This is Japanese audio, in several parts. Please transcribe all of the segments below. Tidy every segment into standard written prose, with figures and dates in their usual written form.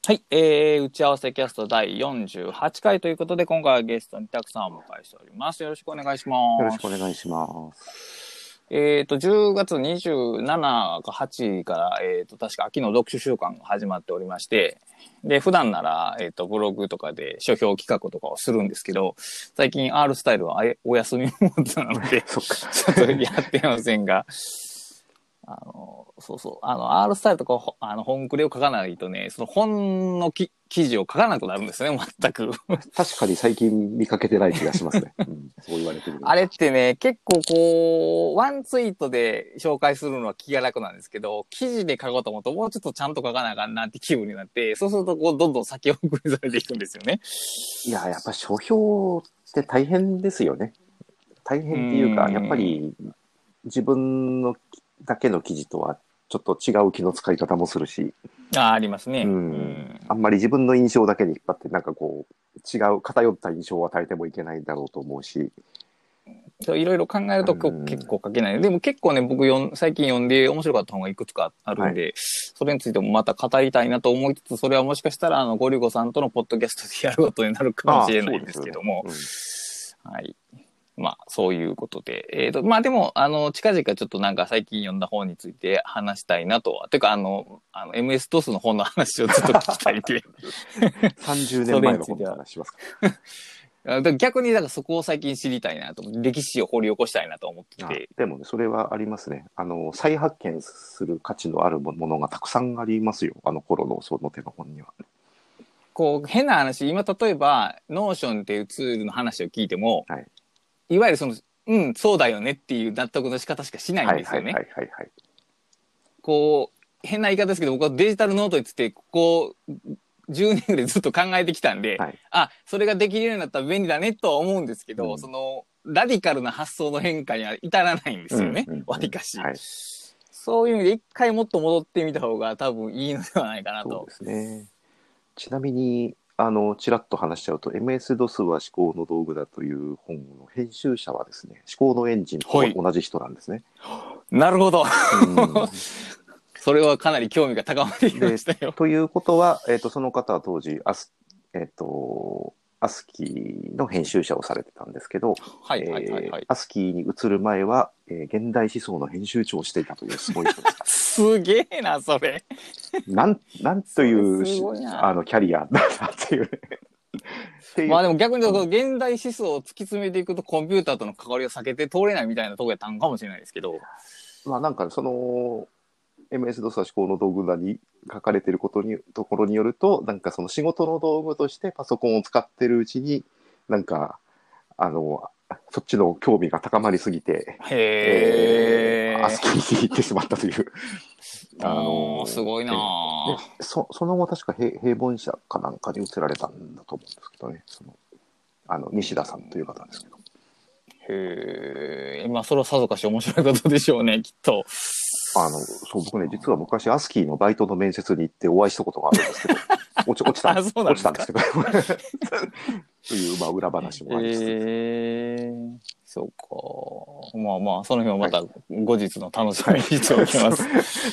はい、打ち合わせキャスト第48回ということで、今回はゲストにたくさんお迎えしております。よろしくお願いしよろます。 しくお願いします。 10月27か8から、確か秋の読書週間が始まっておりまして、で、普段なら、ブログとかで書評企画とかをするんですけど、最近 R スタイルはお休みモードなので、 そっか。 ちょっとやってませんが、そうそう。R スタイルとか、本クレを書かないとね、その本の記事を書かなくなるんですね、全く。 確かに最近見かけてない気がしますね。そう言われてみると。 あれってね、結構こう、ワンツイートで紹介するのは気が楽なんですけど、記事で書こうと思うともうちょっとちゃんと書かなあかんなって気分になって、そうするとこう、どんどん先送りされていくんですよね。 いや、やっぱ書評って大変ですよね。大変っていうか、やっぱり自分のだけの記事とはちょっと違う気の使い方もするし、 ありますね。 あんまり自分の印象だけに引っ張って、なんかこう、違う偏った印象を与えてもいけないだろうと思うし、 いろいろ考えると結構書けない。でも結構ね、僕最近読んで面白かった本がいくつかあるんで、それについてもまた語りたいなと思いつつ、それはもしかしたらゴリゴさんとのポッドキャストでやることになるかもしれないんですけども、はい。まあ、そういうことで。まあでも、近々ちょっとなんか最近読んだ本について話したいなとは。てか、MS-DOS の本の話をちょっと聞きたいで。 30年前の本の話しますか。 逆に、だからそこを最近知りたいなと思って、歴史を掘り起こしたいなと思ってて。 でもね、それはありますね。再発見する価値のあるものがたくさんありますよ。あの頃のその手の本には。 こう、変な話、今例えば、ノーションっていうツールの話を聞いても、 はい、 いわゆるその、そうだよねっていう納得の仕方しかしないんですよね。こう、変な言い方ですけど、僕はデジタルノートについて、ここ10年ぐらいずっと考えてきたんで、それができるようになったら便利だねとは思うんですけど、その、ラディカルな発想の変化には至らないんですよね、わりかし。そういう意味で一回もっと戻ってみた方が多分いいのではないかなと。 そうですね。ちなみに、ちらっと話しちゃうと、MS-DOS は思考の道具だという本の編集者はですね、思考のエンジンと同じ人なんですね。 なるほど。それはかなり興味が高まってきましたよ。 ということは、その方は当時、アスキーの編集者をされてたんですけど、アスキーに移る前は、現代思想の編集長をしていたというすごい人です。 すげえな、それ。 なんというキャリアだなっていう。 まあでも逆に言うと、現代思想を突き詰めていくとコンピューターとの関わりを避けて通れないみたいなとこやったんかもしれないですけど。 まあなんかその MS-DOS は思考の道具だに書かれているところによると、なんかその仕事の道具としてパソコンを使ってるうちに、なんかそっちの興味が高まりすぎて、アスキーに行ってしまったという。 すごいなぁ。その後確か平凡社かなんかに移られたんだと思うんですけどね。西田さんという方ですけど。 まあそれはさぞかし面白いことでしょうね、きっと。 そう、僕ね、実は昔アスキーのバイトの面接に行ってお会いしたことがあるんですけど、落ちたんですけど、という、まあ、裏話もありつつ。 そうか。まあまあ、その辺はまた後日の楽しみにしておきます。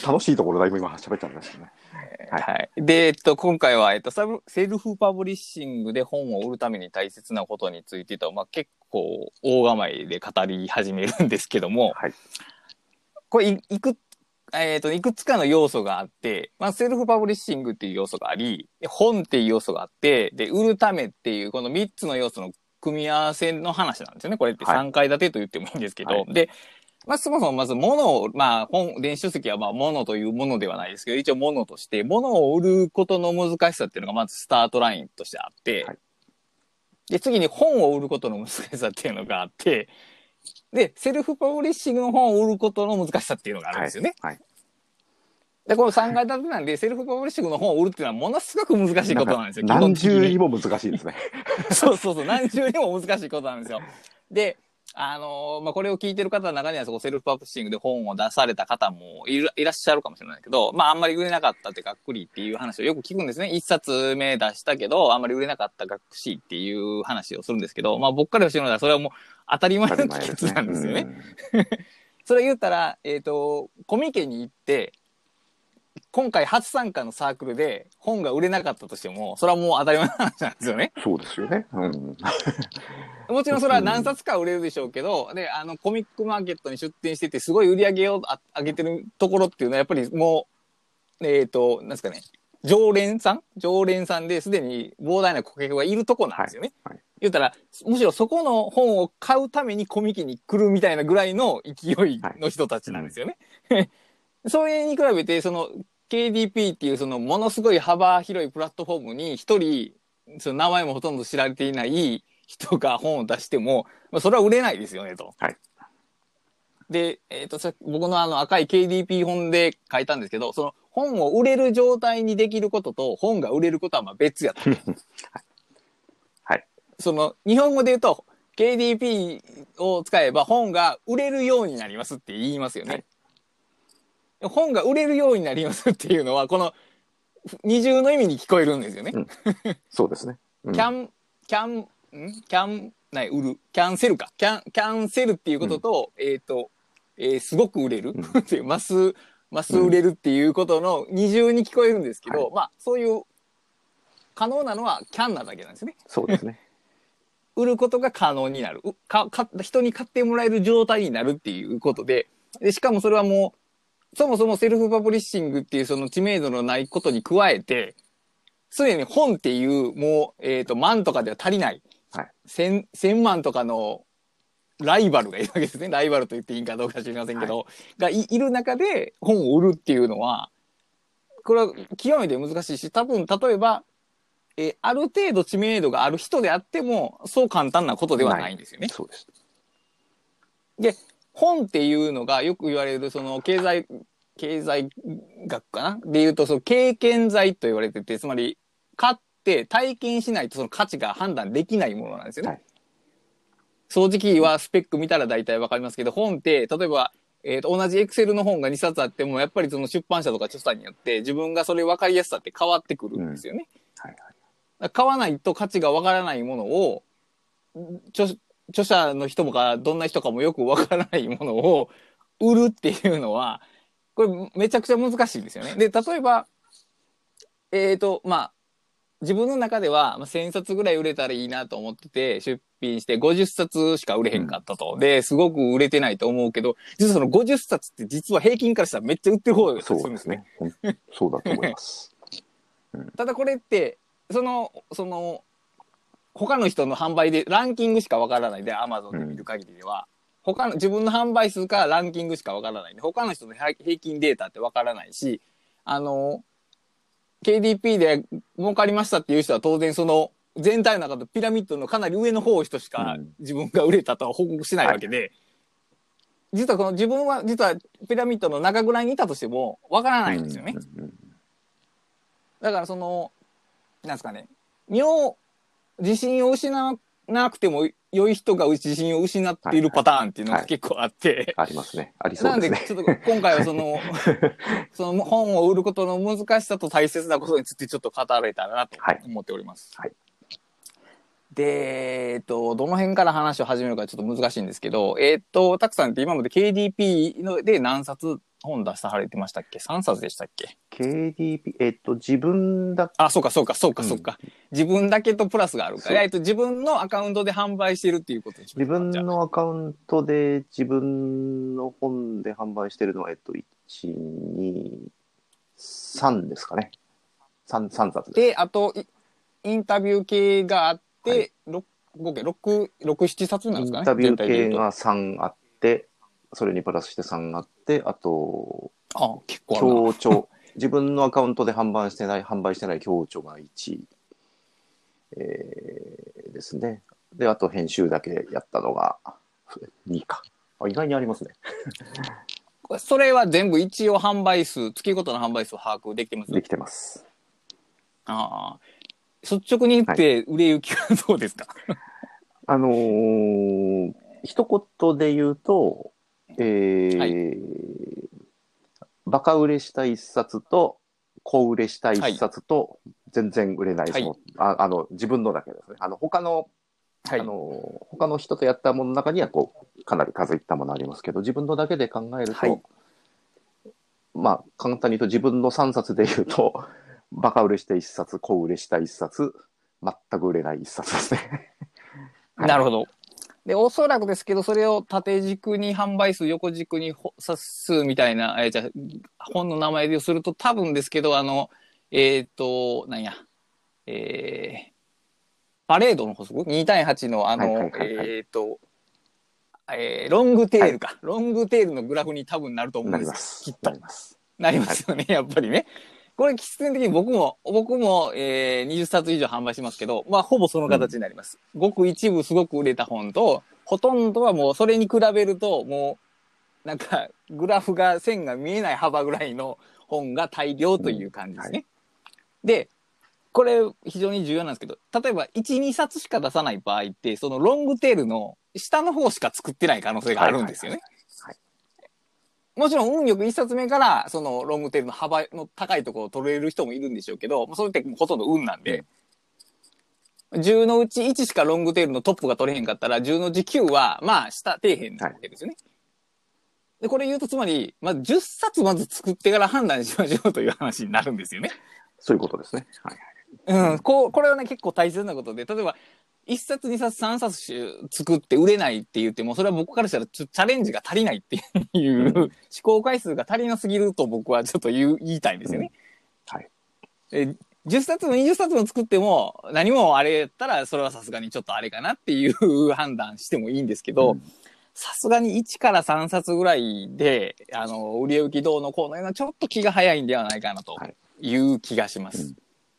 楽しいところだいぶ今喋っちゃいましたね。 はい。で、今回は、セルフパブリッシングで本を売るために大切なことについてと、まあ結構大構えで語り始めるんですけども、これいくつかの要素があって、まあ、セルフパブリッシングっていう要素があり、本っていう要素があって、で、売るためっていう、この3つの要素の組み合わせの話なんですよね。これって3階建てと言ってもいいんですけど。で、まあ、そもそもまず物を、まあ、電子書籍はまあ、物というものではないですけど、一応物として、物を売ることの難しさっていうのがまずスタートラインとしてあって、で、次に本を売ることの難しさっていうのがあって、で、セルフパブリッシングの本を売ることの難しさっていうのがあるんですよね。で、この3階建てなんで、セルフパブリッシングの本を売るっていうのはものすごく難しいことなんですよ。 何重にも難しいですね。 そう、何重にも難しいことなんですよ。で、まあ、これを聞いてる方の中には、セルフパブリッシングで本を出された方もいらっしゃるかもしれないけど、まあ、あんまり売れなかったってがっくりっていう話をよく聞くんですね。一冊目出したけど、あんまり売れなかったがっくしっていう話をするんですけど、まあ、僕からしてみたらそれはもう当たり前の帰結なんですよね。それ言ったら、コミケに行って、 今回初参加のサークルで本が売れなかったとしても、それはもう当たり前の話なんですよね。 そうですよね。うん。 もちろんそれは何冊か売れるでしょうけど、で、コミックマーケットに出店してて、すごい売り上げを上げてるところっていうのは、やっぱりもう、なんですかね、常連さんですでに膨大な顧客がいるとこなんですよね。 はいはい、 言ったら、むしろそこの本を買うためにコミケに来るみたいなぐらいの勢いの人たちなんですよね。はい、それに比べて、その KDP っていうそのものすごい幅広いプラットフォームに一人、その名前もほとんど知られていない人が本を出しても、それは売れないですよねと。 はい、 で、僕の赤い KDP 本で書いたんですけど、その本を売れる状態にできることと本が売れることはまあ別やと。 はい。 その日本語で言うと KDP を使えば本が売れるようになりますって言いますよね。はい、本が売れるようになりますっていうのはこの二重の意味に聞こえるんですよね。 うん、そうですね。 キャンセルか。キャンセルっていうことと、すごく売れるっていう、マス売れるっていうことの二重に聞こえるんですけど、まあ、そういう可能なのはキャンなだけなんですね。 そうですね。 売ることが可能になる。人に買ってもらえる状態になるっていうことで、しかもそれはもう、そもそもセルフパブリッシングっていうその知名度のないことに加えて、すでに本っていうもう、万とかでは足りない。 はい、 1000万とかのライバルがいるわけですね。ライバルと言っていいかどうか知りませんけど、はい、がいる中で本を売るっていうのは、これは極めて難しいし、多分例えば、ある程度知名度がある人であっても、そう簡単なことではないんですよね。 そうです。 で、本っていうのがよく言われる、その経済学かなで言うと、その経験剤と言われてて、つまり、買って体験しないとその価値が判断できないものなんですよね。はい、掃除機はスペック見たら大体わかりますけど、本って、例えば、同じエクセルの本が2冊あっても、やっぱりその出版社とか著者によって自分がそれ分かりやすさって変わってくるんですよね。はいはい、買わないと価値がわからないものを、著者の人もかどんな人かもよくわからないものを売るっていうのは、これめちゃくちゃ難しいんですよね。で、例えば、まあ、自分の中では1000冊ぐらい売れたらいいなと思ってて、出品して50冊しか売れへんかったと。で、すごく売れてないと思うけど、実はその50冊って実は平均からしたらめっちゃ売ってる方だったりするんですね。 そうだと思います。 ただこれって、その、他の人の販売でランキングしかわからないで、Amazon で見る限りでは、他の自分の販売数かランキングしかわからないんで、他の人の平均データってわからないし、KDP で儲かりましたっていう人は当然その全体の中のピラミッドのかなり上の方人しか自分が売れたとは報告しないわけで、はい、実はこの自分は実はピラミッドの中ぐらいにいたとしてもわからないんですよね。だからその、なんですかね、自信を失わなくても良い人が自信を失っているパターンっていうのが結構あって、はいはいはい、 ありますね。ありそうですね。 なんでちょっと今回はその本を売ることの難しさと大切なことについてちょっと語られたらなと思っております。はいはい、で、どの辺から話を始めるかちょっと難しいんですけど、たくさんって今まで KDP で何冊本出されてましたっけ ?3 冊でしたっけ ?KDP、自分だけ。 あ、そうか。自分だけとプラスがあるから、自分のアカウントで販売してるっていうことですね。自分のアカウントで自分の本で販売してるのは、1、2、3ですかね。3冊です。 で、あと、インタビュー系があって、はい、合計6、7冊なんですかね。 インタビュー系が3あって、それにプラスして3あって、あと、 結構強調、自分のアカウントで販売してない強調が1、ですね。で、あと編集だけやったのが2か。意外にありますね。 それは全部一応月ごとの販売数を把握できてます？ できてます。 ああ。率直に言って売れ行きはどうですか？ 一言で言うと、はい、バカ売れした一冊と小売れした一冊と全然売れない、はい、自分のだけですね。他の人とやったものの中にはかなり数いったものありますけど、自分のだけで考えると、はい、 まあ、簡単に言うと自分の3冊で言うと、バカ売れして1冊、小売れした1冊、全く売れない1冊ですね。はい。 なるほど。で、おそらくですけど、それを縦軸に販売数、横軸に冊数みたいな、じゃあ本の名前ですると、多分ですけど、なんや、えパレードの法則 ?2 対8のはいはいはいはい。 ロングテはい。 ールか。ロングテールのグラフに多分なると思うんなりですよ。きます。 っと。 なります。 なりまはい。 すよね、やっぱりね。これ、必然的に僕も、20冊以上販売しますけど、まあ、ほぼそのうん。 形になります。ごく一部すごく売れた本と、ほとんどはもうそれに比べると、もう、なんか、グラフが、線が見えない幅ぐらいの本が大量うん。 という感じではい。 すね。で、これ非常に重要なんですけど、例えば1、2冊しか出さない場合って、そのロングテールの下の方しか作ってない可能性があはいはいはいはい。 るんですよね。 はい。 もちろん運よく1冊目からそのロングテールの幅の高いところを取れる人もいるんでしょうけど、それってほとんど運なんで、 うん。 10のうち1しかロングテールのトップが取れへんかったら、10のうち9はまあ下底辺なはい。 わけですよね。で、これ言うとつまり、まず10冊まず作ってから判断しましょうという話になるんですよね。 そういうことですね。はいはい。 うん、 うん。 これはね、結構大切なことで、例えば、1冊、2冊、3冊作って売れないって言っても、それは僕からしたらチャレンジが足りないっていううん。 試行回数が足りなすぎると僕はちょっと言いたいんですうん。 よね。 はい。 10冊も20冊も作っても何もあれやったらそれはさすがにちょっとあれかなっていう判断してもいいんですけど、 うん。 さすがに1から3冊ぐらいで、売れ行きどうのこうのようなちょっと気が早いんではないかなとはい。 いう気がします。 うん。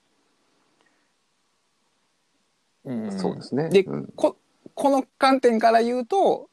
うん、 そうですね。 で、 うん。 この観点から言うと、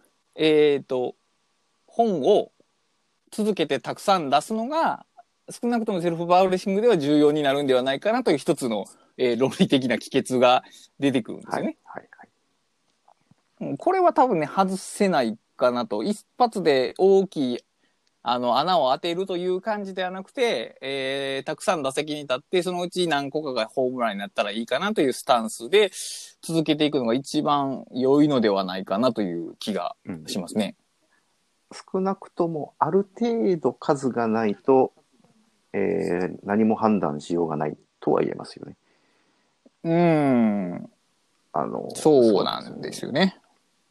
本を続けてたくさん出すのが、少なくともセルフパブリッシングでは重要になるんではないかなという一つの、論理的な帰結が出てくるんですはい。 よね。 はい。はい。 これは多分ね、外せないかなと。一発で大きい穴を当てるという感じではなくて、たくさん打席に立って、そのうち何個かがホームランになったらいいかなというスタンスで続けていくのが一番良いのではないかなという気がうん。 しますね。 少なくともある程度数がないと、何も判断しようがないとは言えますよね。 うーん、そうなんそうですよね。 ですよね。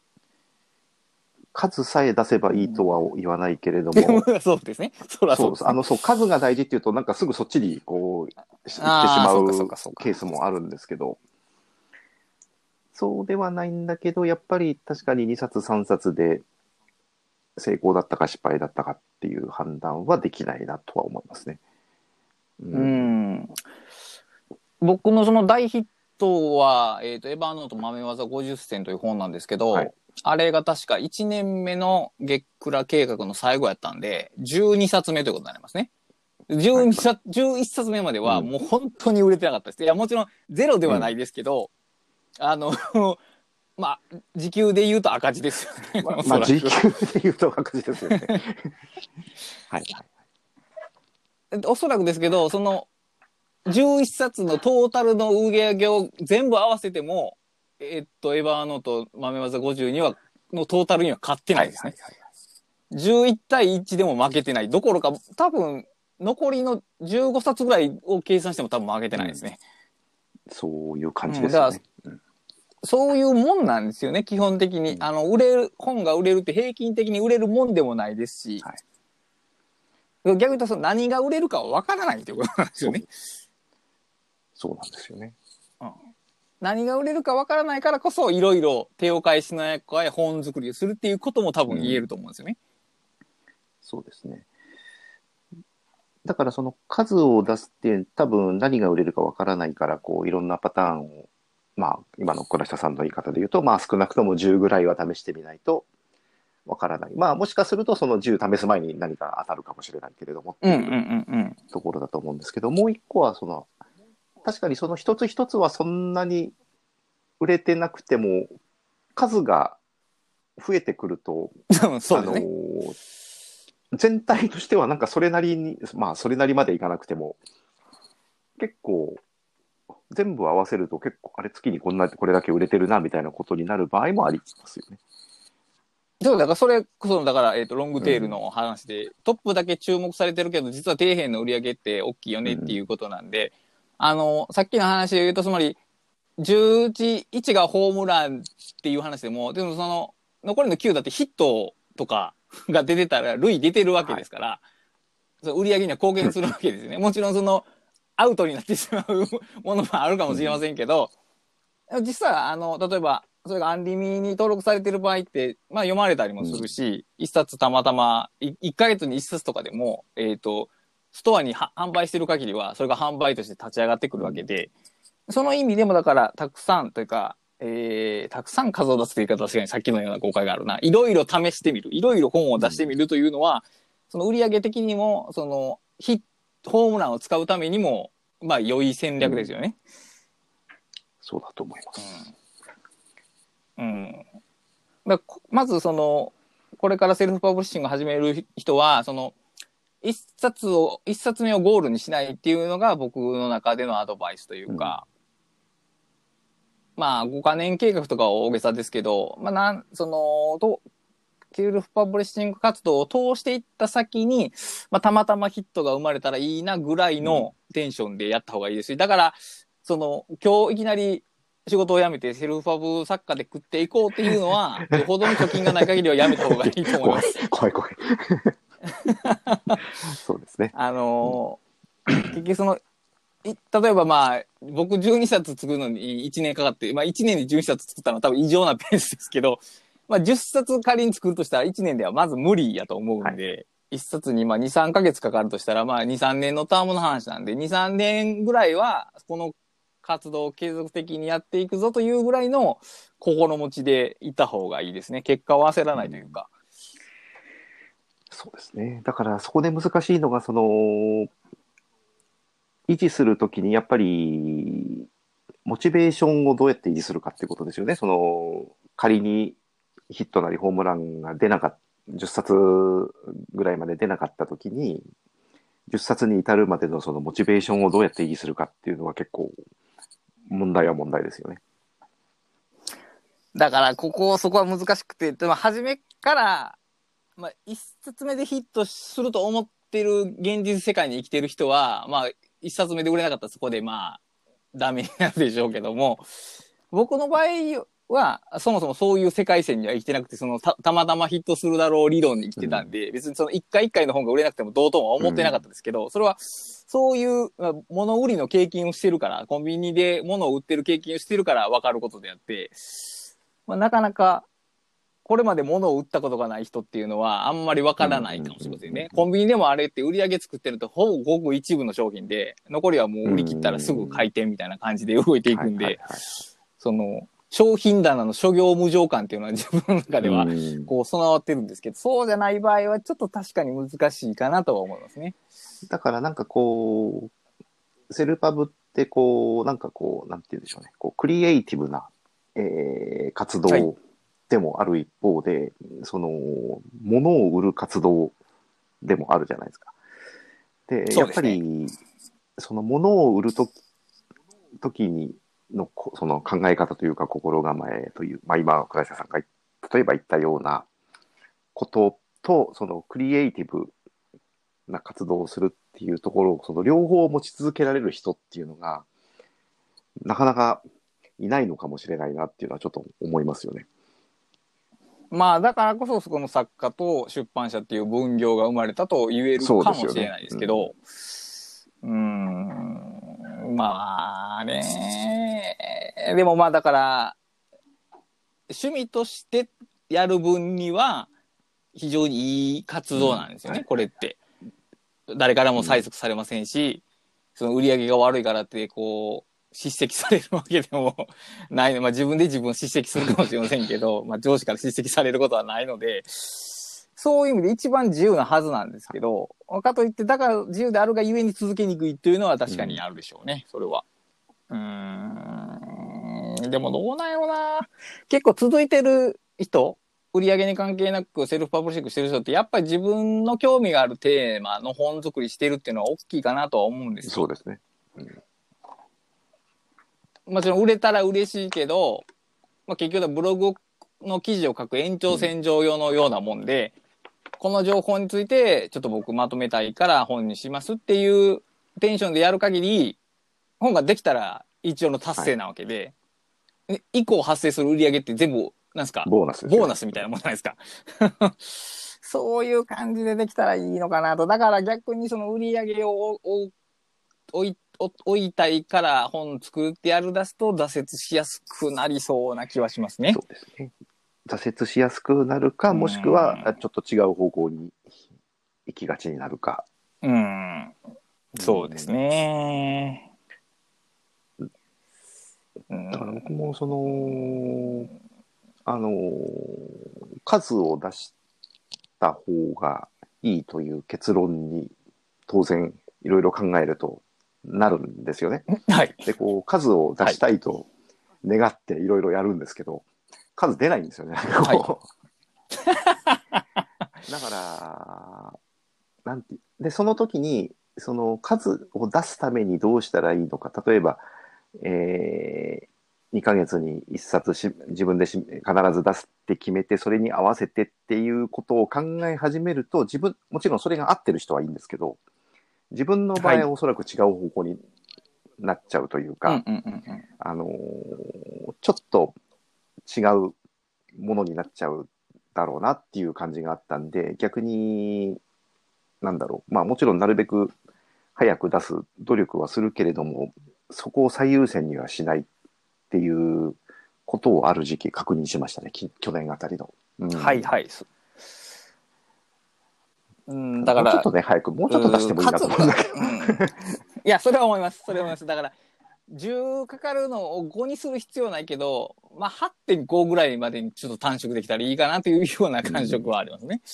数さえ出せばいいとは言わないけれども、 そうですね。そらそそうです。 うですね。 そう、数が大事っていうと、なんかすぐそっちに行ってしああ、そうかそうまうかそうか。 ケースもあるんですけど、そうではないんだけど、やっぱり確かに2冊3冊で成功だったか失敗だったかっていう判断はできないなとは思いますね。ううん。 ん。僕のその大ヒットは、エヴァーノート豆技50選という本なんですけはい。 ど、あれが確か1年目の月倉計画の最後やったんで、12冊目ということになりますね。 はい。 12冊、11冊目までうん。 はもう本当に売れてなかったです。いや、もちろんゼロでうん。 はないですけど、あの、まあ、時給で言うと赤字ですよね、おそらく。 時給で言うと確実ですよね。はい。はい。 おそらくですけど、その11冊のトータルの売り上げを全部合わせても、エヴァーノート豆技50には、のトータルには勝ってなはい。 いですね。 はい。はい。 11対1でも負けてない。どころか、多分、残りの15冊ぐらいを計算しても多分負けてうん。 ないですね。 そういう感じうん、だから、 ですよね。うん。 そういうもんなんですよね、基本的に。 うん。 本が売れるって平均的に売れるもんでもないですし、 はい。 逆に言うとその何が売れるかは分からないということなんですよね。 そう。そうなんですよね。 うん、何が売れるかわからないからこそ、いろいろ手を変え品へ変え本作りをするっていうことも多分言えるうん。 と思うんですよね。 そうですね。だからその数を出すって多分何が売れるかわからないから、いろんなパターンを、まあ、今の倉下さんの言い方で言うと、まあ少なくとも10ぐらいは試してみないとわからない。まあもしかするとその10試す前に何か当たるかもしれないけれどもっていううんうんうんうん。 ところだと思うんですけど、もう一個は確かにその一つ一つはそんなに売れてなくても、数が増えてくると、 そうですね。 全体としてはなんかそれなりに、まあそれなりまでいかなくても、結構全部合わせると結構、あれ月にこれだけ売れてるなみたいなことになる場合もありますよね。 そう、だからそれこそ、だから、ロングテールの話で、トップだけ注目されてるけど、実は底辺の売り上げって大きいよねっていうことなんで、さっきの話で言うと、つまり、11、1がホームランっていう話でも、でもその、残りの9だってヒットとかが出てたら、塁出てるわけですから、その売り上げには貢献するわけですよね。もちろんその、アウトになってしまうものもあるかもしれませんけど、実は、例えば、それがアンリミに登録されてる場合って、まあ読まれたりもするし、一冊たまたま、1ヶ月に一冊とかでも、ストアに販売してる限りは、それが販売として立ち上がってくるわけで、その意味でもだから、たくさんというか、たくさん数を出すという言い方は確かにさっきのような誤解があるな。いろいろ試してみる。いろいろ本を出してみるというのは、その売上的にも、その、ホームランを使うためにも、まあ良い戦略ですよね。 そうだと思います。 うん。まずその、これからセルフパブリッシングを始める人は、その、一冊目をゴールにしないっていうのが僕の中でのアドバイスというか、まあ、5カ年計画とかは大げさですけど、まあセルフパブリッシング活動を通していった先に、まあ、たまたまヒットが生まれたらいいなぐらいのテンションでやった方がいいですし、だから、その、今日いきなり仕事を辞めてセルフパブ作家で食っていこうっていうのは、よほどの貯金がない限りはやめた方がいいと思います。 怖い。そうですね。 結局その、例えばまあ、僕12冊作るのに1年かかって、まあ1年で12冊作ったのは多分異常なペースですけど、まあ10冊仮に作るとしたら1年ではまず無理やと思うんで、1冊にまあ2、3ヶ月かかるとしたらまあ2、3年のタームの話なんで、2、3年ぐらいはこの活動を継続的にやっていくぞというぐらいの心持ちでいた方がいいですね。結果を焦らないというか。 そうですね。だからそこで難しいのが、その、維持するときにやっぱり、モチベーションをどうやって維持するかっていうことですよね。その、仮にヒットなりホームランが出なかった、10冊ぐらいまで出なかったときに、10冊に至るまでのそのモチベーションをどうやって維持するかっていうのは結構問題は問題ですよね。 だからそこは難しくて、でも初めから、まあ、一冊目でヒットすると思ってる現実世界に生きてる人は、まあ、一冊目で売れなかったらそこでまあ、ダメになるでしょうけども、僕の場合は、そもそもそういう世界線には生きてなくて、たまたまヒットするだろう理論に生きてたんで、別にその一回一回の本が売れなくてもどうとは思ってなかったですけど、それは、そういう、物売りの経験をしてるから、コンビニで物を売ってる経験をしてるから分かることであって、まあ、なかなか、これまで物を売ったことがない人っていうのはあんまりわからないかもしれませんね。コンビニでもあれって売り上げ作ってるとほぼごく一部の商品で、残りはもう売り切ったらすぐ開店みたいな感じで動いていくんで、その、商品棚の諸行無常感っていうのは自分の中ではこう備わってるんですけど、そうじゃない場合はちょっと確かに難しいかなとは思いますね。 だからなんかこう、セルパブってこう、なんかこう、なんて言うんでしょうね。こう、クリエイティブな、活動でもある一方で、その、物を売る活動でもあるじゃないですか。で、やっぱり、その物を売る時にの、その考え方というか心構えという、まあ今、倉下さんが例えば言ったようなことと、そのクリエイティブな活動をするっていうところを、その両方を持ち続けられる人っていうのが、なかなかいないのかもしれないなっていうのはちょっと思いますよね。 まあだからこそそこの作家と出版社っていう分業が生まれたと言えるかもしれないですけど、まあね。でもまあだから趣味としてやる分には非常にいい活動なんですよね、これって。誰からも催促されませんし、その売り上げが悪いからってこう、叱責されるわけでもないの。まあ自分で自分を叱責するかもしれませんけど、まあ上司から叱責されることはないので、そういう意味で一番自由なはずなんですけど、かといってだから自由であるがゆえに続けにくいというのは確かにあるでしょうね、それは。でもどうなんやろな。結構続いてる人、売り上げに関係なくセルフパブリッシングしてる人ってやっぱり自分の興味があるテーマの本作りしてるっていうのは大きいかなとは思うんですよ。 そうですね。 もちろん売れたら嬉しいけど、まあ、結局はブログをの記事を書く延長線上用のようなもんで、この情報についてちょっと僕まとめたいから本にしますっていうテンションでやる限り、本ができたら一応の達成なわけで、以降発生する売り上げって全部、なんですか、 ボーナスですよね。 ボーナスみたいなもんじゃないですか。そういう感じでできたらいいのかなと。だから逆にその売り上げを追いたいから本作ってやる出すと挫折しやすくなりそうな気はしますね。 そうですね。挫折しやすくなるか、もしくはちょっと違う方向に行きがちになるか。 そうですね。 だから僕も数を出した方がいいという結論に当然いろいろ考えるとなるんですよね。 はい。 で、数を出したいと願っていろいろやるんですけど、数出ないんですよね。はい、だからでその時にその数を出すためにどうしたらいいのか。例えば、2ヶ月に1冊自分で必ず出すって決めて、それに合わせてっていうことを考え始めると、もちろんそれが合ってる人はいいんですけど、自分の場合はおそらく違う方向になっちゃうというか、ちょっと違うものになっちゃうだろうなっていう感じがあったんで、逆にもちろんなるべく早く出す努力はするけれども、そこを最優先にはしないっていうことをある時期確認しましたね、去年あたりの。 はいはい。だからもうちょっとね、早く、もうちょっと出してもいいなと思うんだけど。 いや、それは思います。それは思います。だから、10かかるのを5にする必要ないけど、8.5 ぐらいまでにちょっと短縮できたらいいかなというような感触はありますね。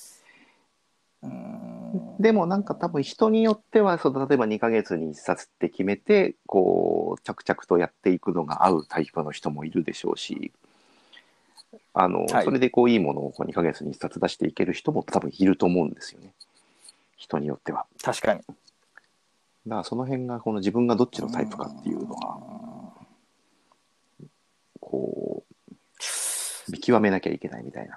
でも多分人によっては、例えば2ヶ月に1冊って決めて、着々とやっていくのが合うタイプの人もいるでしょうし、それでいいものを2ヶ月に1冊出していける人も多分いると思うんですよね。人によっては。 確かに。 だからその辺が自分がどっちのタイプかっていうのは、見極めなきゃいけないみたいな。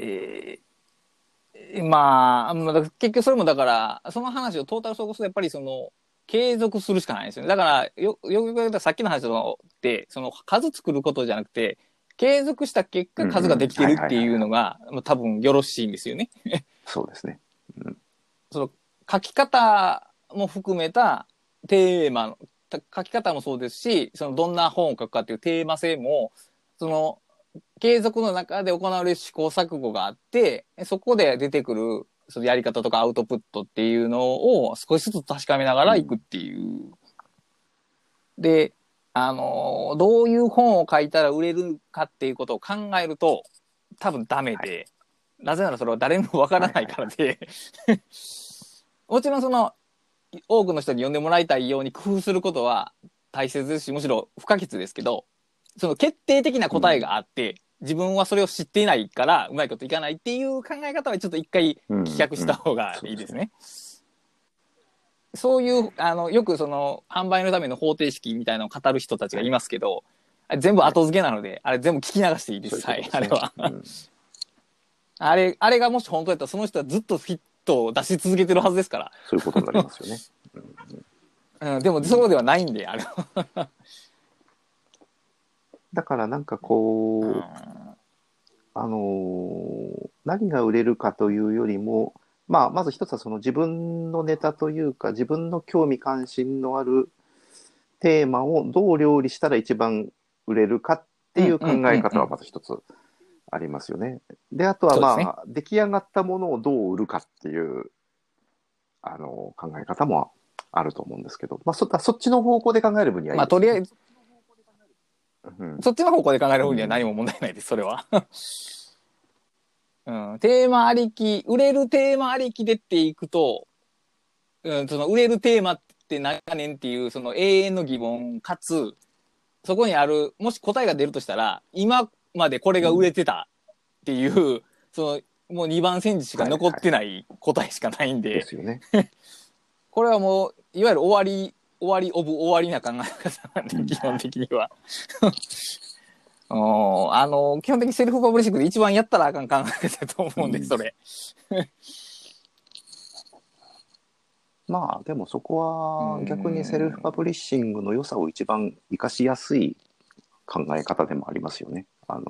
結局それもだから、その話をトータル総合するとやっぱり継続するしかないですよね。だから、よく言ったさっきの話って、数作ることじゃなくて、継続した結果数ができてるっていうのが、多分よろしいんですよね。 そうですね。 書き方も含めたテーマの、書き方もそうですし、どんな本を書くかっていうテーマ性も、継続の中で行われる試行錯誤があって、そこで出てくるそのやり方とかアウトプットっていうのを少しずつ確かめながらいくっていう。で、どういう本を書いたら売れるかっていうことを考えると多分ダメで、なぜならそれは誰もわからないからで、もちろん多くの人に読んでもらいたいように工夫することは大切ですし、むしろ不可欠ですけど、決定的な答えがあって、自分はそれを知っていないからうまいこといかないっていう考え方はちょっと一回棄却した方がいいですね。そういうよく販売のための方程式みたいなのを語る人たちがいますけど、全部後付けなので、あれ全部聞き流していいです。はい、あれは。あれがもし本当だったらその人はずっとヒットを出し続けてるはずですから。 そういうことになりますよね。でもそうではないんで、あれは。 だから何が売れるかというよりも、まず一つは自分のネタというか、自分の興味関心のあるテーマをどう料理したら一番売れるかっていう考え方はまず一つありますよね。で、あとは出来上がったものをどう売るかっていう考え方もあると思うんですけど、そっちの方向で考える分にはいいですね。 とりあえず、そっちの方向で考える分には何も問題ないです、それは。テーマありき、売れるテーマありきでっていくと、売れるテーマって何やねんっていうその永遠の疑問かつ、そこにある、もし答えが出るとしたら、今までこれが売れてたっていう、もう2番煎じしか残ってない答えしかないんで、 ですよね。 これはもう、いわゆる終わりオブ終わりな考え方なんで、基本的には。 基本的にセルフパブリッシングで一番やったらあかん考え方だと思うんで、それ。 まあでもそこは逆にセルフパブリッシングの良さを一番活かしやすい考え方でもありますよね。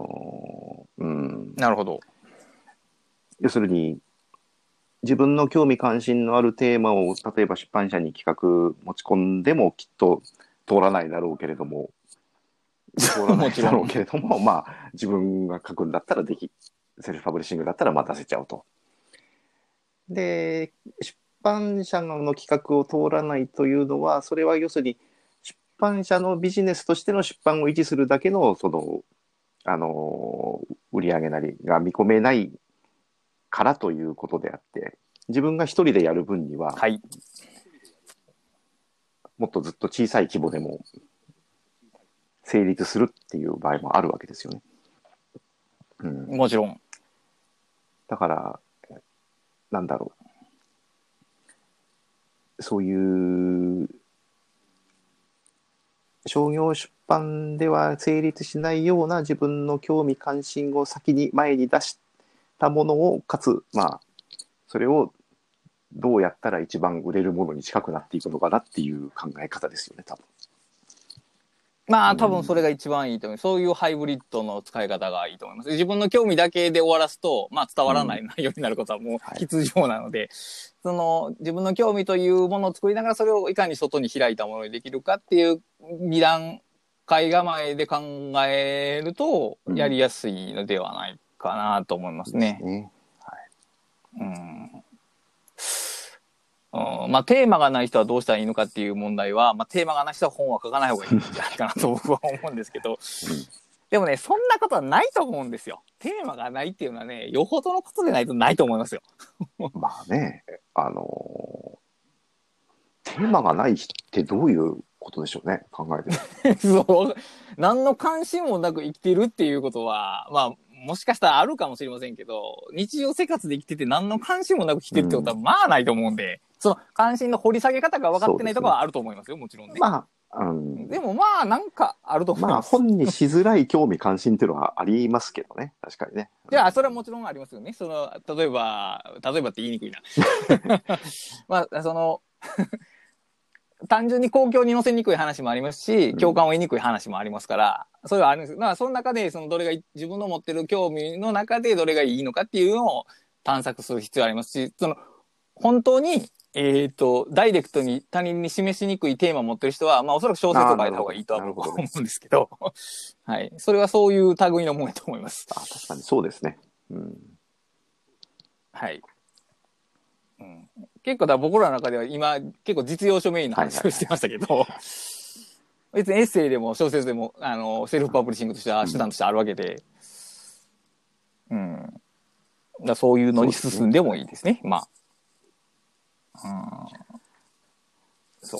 なるほど。 要するに自分の興味関心のあるテーマを例えば出版社に企画持ち込んでもきっと通らないだろうけれども通らないだろうけれどもまあ自分が書くんだったらセルフパブリッシングだったらまあ出せちゃうと。で出版社の企画を通らないというのはそれは要するに出版社のビジネスとしての出版を維持するだけの売上なりが見込めないからということであって自分が一人でやる分には、 はい、 もっとずっと小さい規模でも成立するっていう場合もあるわけですよね。 もちろん。 だからなんだろうそういう商業出版では成立しないような自分の興味関心を先に前に出したものをかつまあそれをどうやったら一番売れるものに近くなっていくのかなっていう考え方ですよね多分。 まあ多分それが一番いいと思う。そういうハイブリッドの使い方がいいと思います。自分の興味だけで終わらすと、まあ伝わらない内容になることはもう必要なので、その自分の興味というものを作りながらそれをいかに外に開いたものにできるかっていう二段階構えで考えるとやりやすいのではないかなと思いますね。まあテーマがない人はどうしたらいいのかっていう問題は、まあテーマがない人は本は書かない方がいいんじゃないかなと僕は思うんですけど、でもね、そんなことはないと思うんですよ。テーマがないっていうのはね、よほどのことでないとないと思いますよ。 まあね、テーマがないってどういうことでしょうね、考えてそう。何の関心もなく生きてるっていうことは、まあ、もしかしたらあるかもしれませんけど、日常生活で生きてて何の関心もなく生きてるってことはまあないと思うんで、その関心の掘り下げ方が分かってないところはあると思いますよ、もちろんね。 まあ、 でもまあなんかあると思います。 まあ本にしづらい興味関心っていうのはありますけどね、確かにね。 いや、それはもちろんありますよね。その、例えばって言いにくいな。まあ、単純に公共に載せにくい話もありますし、共感を得にくい話もありますから、それはあるんですけど、まあ、その中で、どれが、自分の持ってる興味の中でどれがいいのかっていうのを探索する必要ありますし、本当に、ダイレクトに他人に示しにくいテーマを持ってる人は、まあ、おそらく小説を書いた方がいいとは僕は思うんですけど、はい。それはそういう類のものだと思います。 確かにそうですね。 はい。結構僕らの中では今結構実用書メインの話をしてましたけど、別にエッセイでも小説でもセルフパブリッシングとしては手段としてあるわけで、だそういうのに進んでもいいですね。まあ、そう、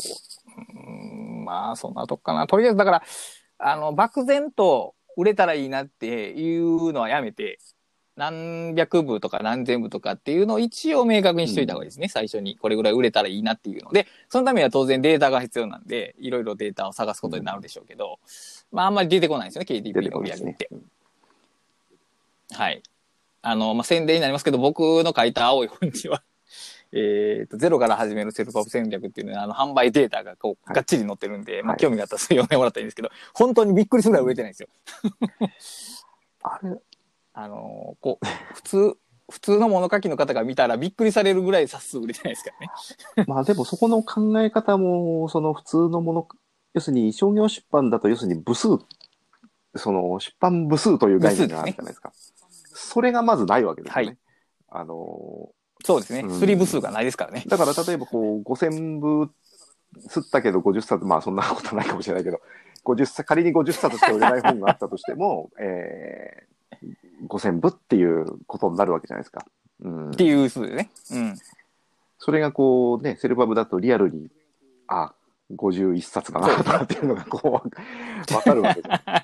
まあそんなとこかな。とりあえずだから漠然と売れたらいいなっていうのはやめて。何百部とか何千部とかっていうのを一応明確にしといた方がいいですね、最初に。これぐらい売れたらいいなっていうので、そのためには当然データが必要なんで、いろいろデータを探すことになるでしょうけど、まああんまり出てこないんですよね、KDP の売り上げって。はい。まあ宣伝になりますけど、僕の書いた青い本には、ゼロから始めるセルフパブ戦略っていうのは、販売データがこう、がっちり載ってるんで、まあ興味があったらそれ読んでもらったらいいんですけど、本当にびっくりするぐらい売れてないんですよ。 あれこう、普通の物書きの方が見たらびっくりされるぐらい冊数売れてないですからね。 まあでもそこの考え方も、その普通のもの、要するに商業出版だと要するに部数、その出版部数という概念があるじゃないですか。それがまずないわけですよね。 そうですね。刷り部数がないですからね。 だから例えばこう5000部吸ったけど50冊、まあそんなことないかもしれないけど、仮に50冊しか売れない本があったとしても、5000部っていうことになるわけじゃないですか。 っていう数でね。 それがこうね、セルフパブだとリアルに、51冊だなっていうのがこう、わかるわけじゃない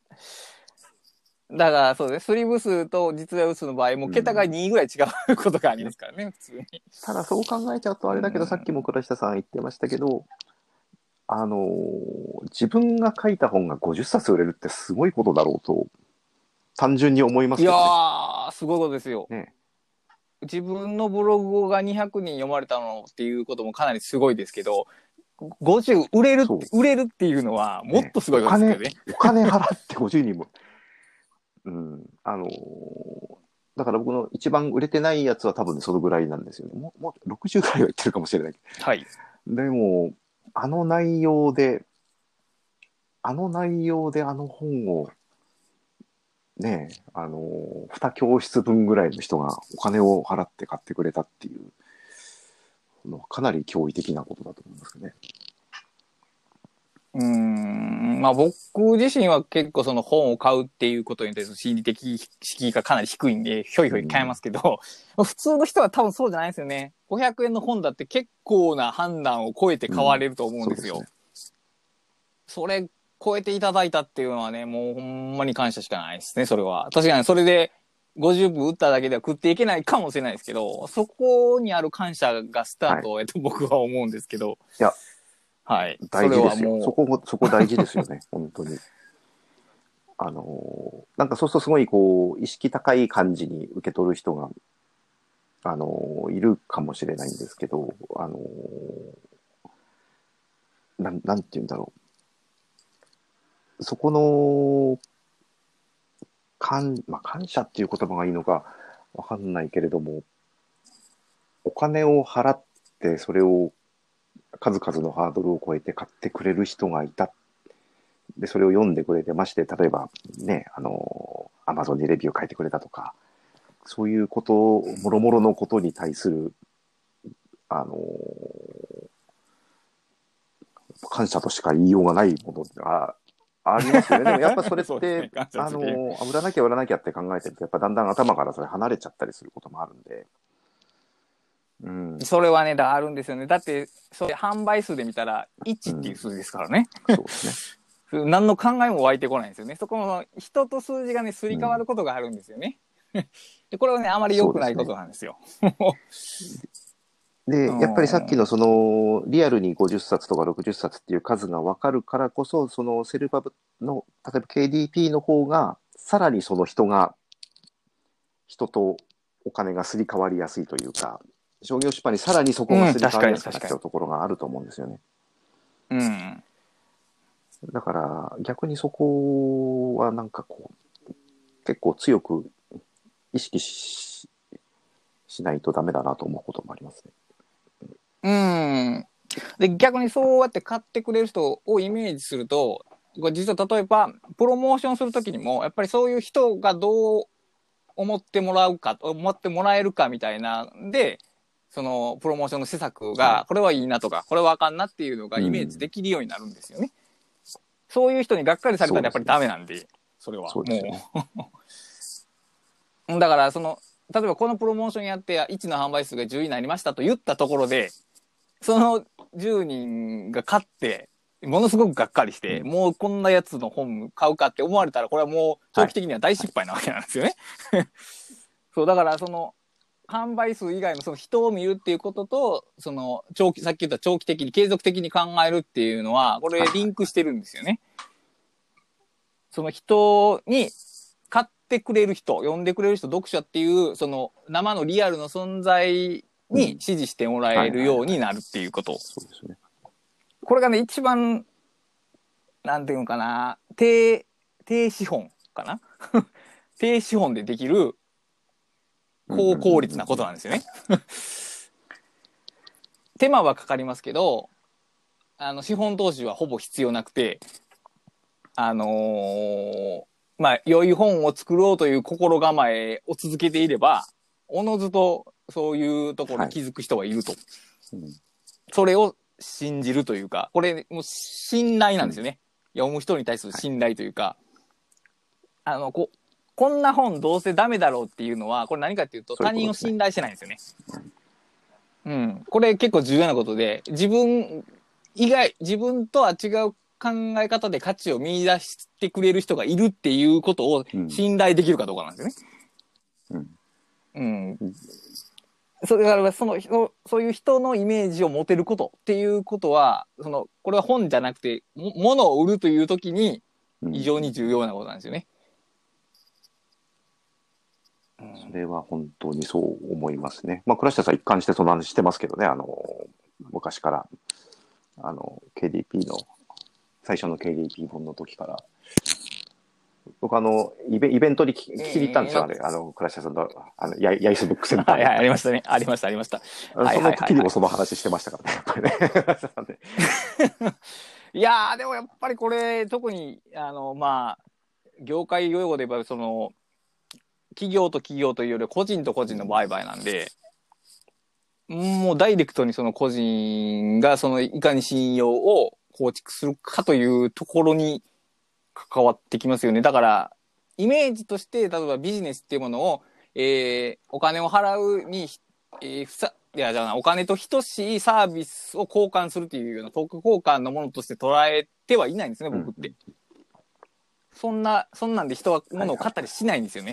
だからそうですね、スリ部数と実在部数の場合も桁が2ぐらい違うことがありますからね、普通に。 ただそう考えちゃうとあれだけど、さっきも倉下さん言ってましたけど、 自分が書いた本が50冊売れるってすごいことだろうと、単純に思いますいやけどね。 ー、すごいことですよ。 ね。 自分のブログが200人読まれたのっていうこともかなりすごいですけど、50売れるっていうのはもっとすごいことですけどね。 お金払って50人も。うん。だから僕の一番売れてないやつは多分そのぐらいなんですよね。もう60ぐらいは言ってるかもしれない。 はい。 でも、あの内容であの本をね、2教室分ぐらいの人がお金を払って買ってくれたっていうのはかなり驚異的なことだと思いますね。 まあ僕自身は結構その本を買うっていうことに対する心理的敷居がかなり低いんで、ひょいひょい買えますけど、普通の人は多分そうじゃないですよね。500円の本だって結構な判断を超えて買われると思うんですよ。それ超えていただいたっていうのはね、もうほんまに感謝しかないですね、それは。確かにそれで50部売っただけでは食っていけないかもしれないですけど、そこにある感謝がスタート、僕は思うんですけど。 いや、 はい。 大事ですよ。そこ大事ですよね、本当に。なんかそうするとすごいこう、意識高い感じに受け取る人が、いるかもしれないんですけど、なんて言うんだろう。そこの、感謝っていう言葉がいいのかわかんないけれども、お金を払ってそれを数々のハードルを超えて買ってくれる人がいた。で、それを読んでくれてまして、例えばね、アマゾンにレビュー書いてくれたとか、そういうこと、もろもろのことに対する、あの、感謝としか言いようがないものがありますよね。でもやっぱそれって、 ね、 売らなきゃって考えてると、やっぱだんだん頭からそれ離れちゃったりすることもあるんで。 うん、それはね、あるんですよね。だって、それ販売数で見たら1っていう数字ですからね。 そうですね。 何の考えも湧いてこないんですよね。そこの人と数字がね、すり替わることがあるんですよね。でこれはね、あまり良くないことなんですよ。 で、やっぱりさっきのそのリアルに50冊とか60冊っていう数が分かるからこそ、そのセルパブの、例えば KDP の方が、さらにその人とお金がすり替わりやすいというか、商業出版にさらにそこがすり替わりやすくなっちゃうところがあると思うんですよね。 うん。 だから逆にそこはなんかこう、結構強く意識しないとダメだなと思うこともありますね。 で逆にそうやって買ってくれる人をイメージすると、実は例えばプロモーションするときにもやっぱりそういう人がどう思ってもらえるかみたいなんで、そのプロモーションの施策がこれはいいなとか、これはあかんなっていうのがイメージできるようになるんですよね。そういう人にがっかりされたらやっぱりダメなんで、それはもうだからその例えばこのプロモーションやって1の販売数が10になりましたと言ったところで、その10人が買ってものすごくがっかりして、もうこんなやつの本買うかって思われたら、これはもう長期的には大失敗なわけなんですよね。そうだからその販売数以外のその人を見るっていうことと、そのさっき言った長期的に継続的に考えるっていうのはこれリンクしてるんですよね。その人に買ってくれる人、読んでくれる人、読者っていうその生のリアルの存在に支持してもらえるようになるっていうこと。 そうですね。 これがね、一番、なんていうのかな、低資本かな低資本でできる高効率なことなんですよね。手間はかかりますけど、資本投資はほぼ必要なくて、まあ、良い本を作ろうという心構えを続けていれば、おのずとそういうところに気づく人はいると。それを信じるというか、これもう信頼なんですよね。読む人に対する信頼というか、こんな本どうせダメだろうっていうのは、これ何かっていうと他人を信頼してないんですよね。これ結構重要なことで、自分とは違う考え方で価値を見出してくれる人がいるっていうことを信頼できるかどうかなんですよね。 それからその人、そういう人のイメージを持てることっていうことは、これは本じゃなくて、物を売るという時に非常に重要なことなんですよね。 それは本当にそう思いますね。まあ、倉下さん一貫してその話してますけどね、昔から、KDP の、最初の KDP 本の時から、僕イベントに聞きに行ったんですよ、倉下さんの、ヤイスブックセンターに。 はいはい、ありましたね。ありました、ありました。 その時にもその話してましたからね、やっぱりね。 いやー、でもやっぱりこれ、特に、まあ、業界用語で言えば、企業と企業というよりは個人と個人の売買なんで、もうダイレクトにその個人がいかに信用を構築するかというところに関わってきますよね。だから、イメージとして、例えばビジネスっていうものを、お金を払うに、お金と等しいサービスを交換するっていうようなトーク交換のものとして捉えてはいないんですね、僕って。そんなんで人は物を買ったりしないんですよね。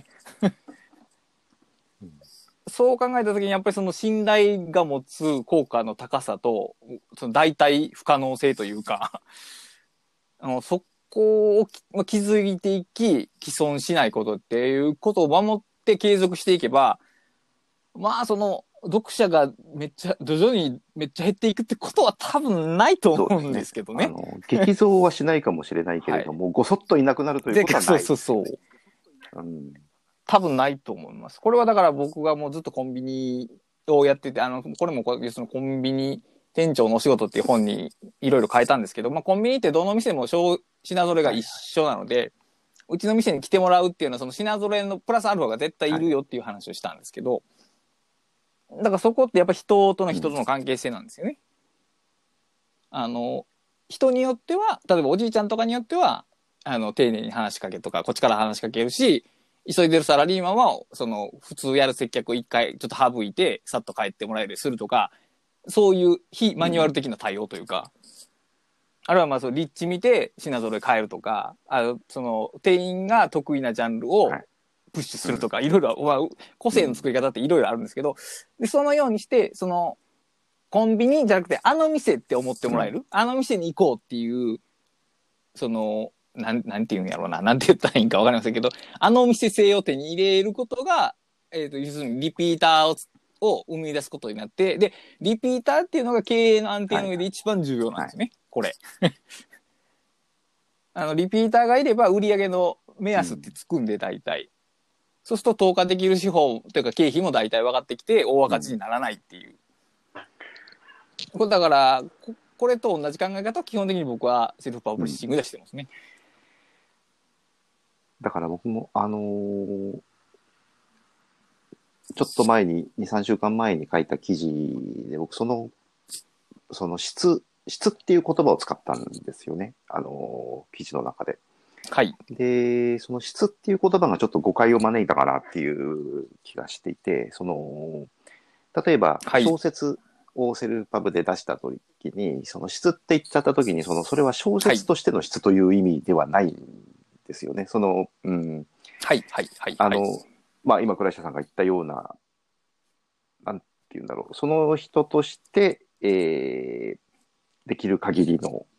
そう考えたときにやっぱりその信頼が持つ効果の高さと、その代替不可能性というか、そこを築いていき、既存しないことっていうことを守って継続していけば、まあ読者が徐々にめっちゃ減っていくってことは多分ないと思うんですけどね。 激増はしないかもしれないけれども、はい、ごそっといなくなるということはない。 そう。多分ないと思います。これはだから僕がもうずっとコンビニをやってて、これもそのコンビニ店長のお仕事っていう本にいろいろ変えたんですけど、まあコンビニってどの店も品揃えが一緒なので、はい、うちの店に来てもらうっていうのはその品揃えのプラスアルファが絶対いるよっていう話をしたんですけど、だからそこってやっぱ人との関係性なんですよね。人によっては、例えばおじいちゃんとかによっては、丁寧に話しかけとか、こっちから話しかけるし、急いでるサラリーマンは、普通やる接客を一回ちょっと省いて、さっと帰ってもらえるするとか、そういう非マニュアル的な対応というか、あるいはまあ立地見て品揃え変えるとか、店員が得意なジャンルをプッシュするとか、いろいろ、個性の作り方っていろいろあるんですけど、で、そのようにして、コンビニじゃなくて、あの店って思ってもらえる、あの店に行こうっていう、なんていうんやろうな、なんて言ったらいいんかわかりませんけど、あのお店性を手に入れることが、要するにリピーターを生み出すことになって、で、リピーターっていうのが経営の安定の上で一番重要なんですね、はい、これ。リピーターがいれば売上の目安ってつくんで、大体。そうすると投下できる資本というか経費も大体分かってきて、大赤字にならないっていう。これだから、これと同じ考え方を基本的に僕はセルフパブリッシングでしてますね。 だから僕も、ちょっと前に、2、3週間前に書いた記事で、僕その質っていう言葉を使ったんですよね。記事の中で。 はい。 で、その質っていう言葉がちょっと誤解を招いたかなっていう気がしていて、例えば小説をセルフパブで出した時に、その質って言っちゃった時に、それは小説としての質という意味ではないんですよね。 はいはいはい。 まあ今倉下さんが言ったような、なんていうんだろう、その人として、できる限りの、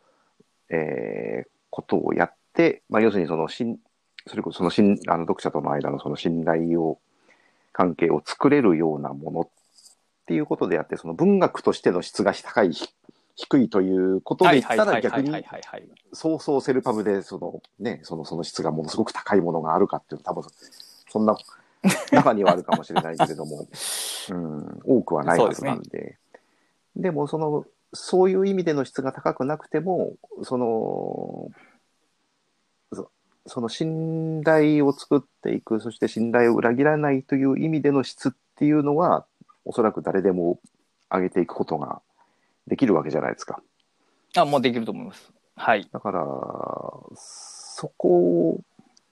ことをやって、まあ、要するにそれこそ読者との間のその信頼関係を作れるようなものっていうことであって、その文学としての質が高い、低いということで言ったら逆に、そうセルパブでその質がものすごく高いものがあるかっていうと多分、そんな中にはあるかもしれないけれども、多くはないはずなんで。でもそういう意味での質が高くなくても、その信頼を作っていく、そして信頼を裏切らないという意味での質っていうのは、おそらく誰でも上げていくことができるわけじゃないですか。 もうできると思います。はい。 だから、そこを、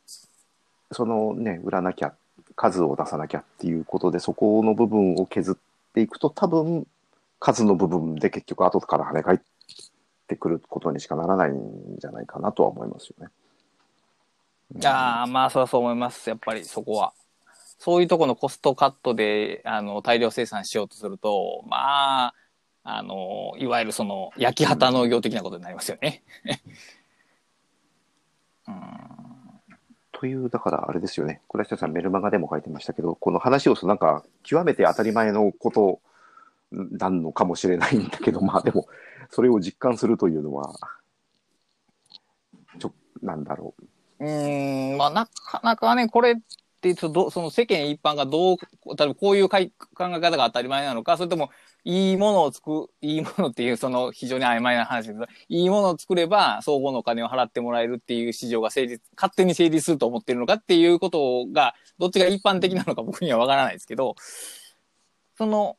売らなきゃ、数を出さなきゃっていうことで、そこの部分を削っていくと、多分、数の部分で結局後から跳ね返ってくることにしかならないんじゃないかなとは思いますよね。 まあそう思います。やっぱりそこは。 そういうところのコストカットで大量生産しようとすると、まあ、いわゆるその焼き畑農業的なことになりますよね。 という、だからあれですよね、倉下さん、メルマガでも書いてましたけど、この話をするなんか、極めて当たり前のことなのかもしれないんだけど、まあでも、それを実感するというのは、なんだろまあ、なかなかね、これってその世間一般がどう、例えばこういう考え方が当たり前なのか、それとも、いいものっていうその非常に曖昧な話ですけど、いいものを作れば相互のお金を払ってもらえるっていう市場が勝手に成立すると思ってるのかっていうことが、どっちが一般的なのか僕にはわからないですけど、その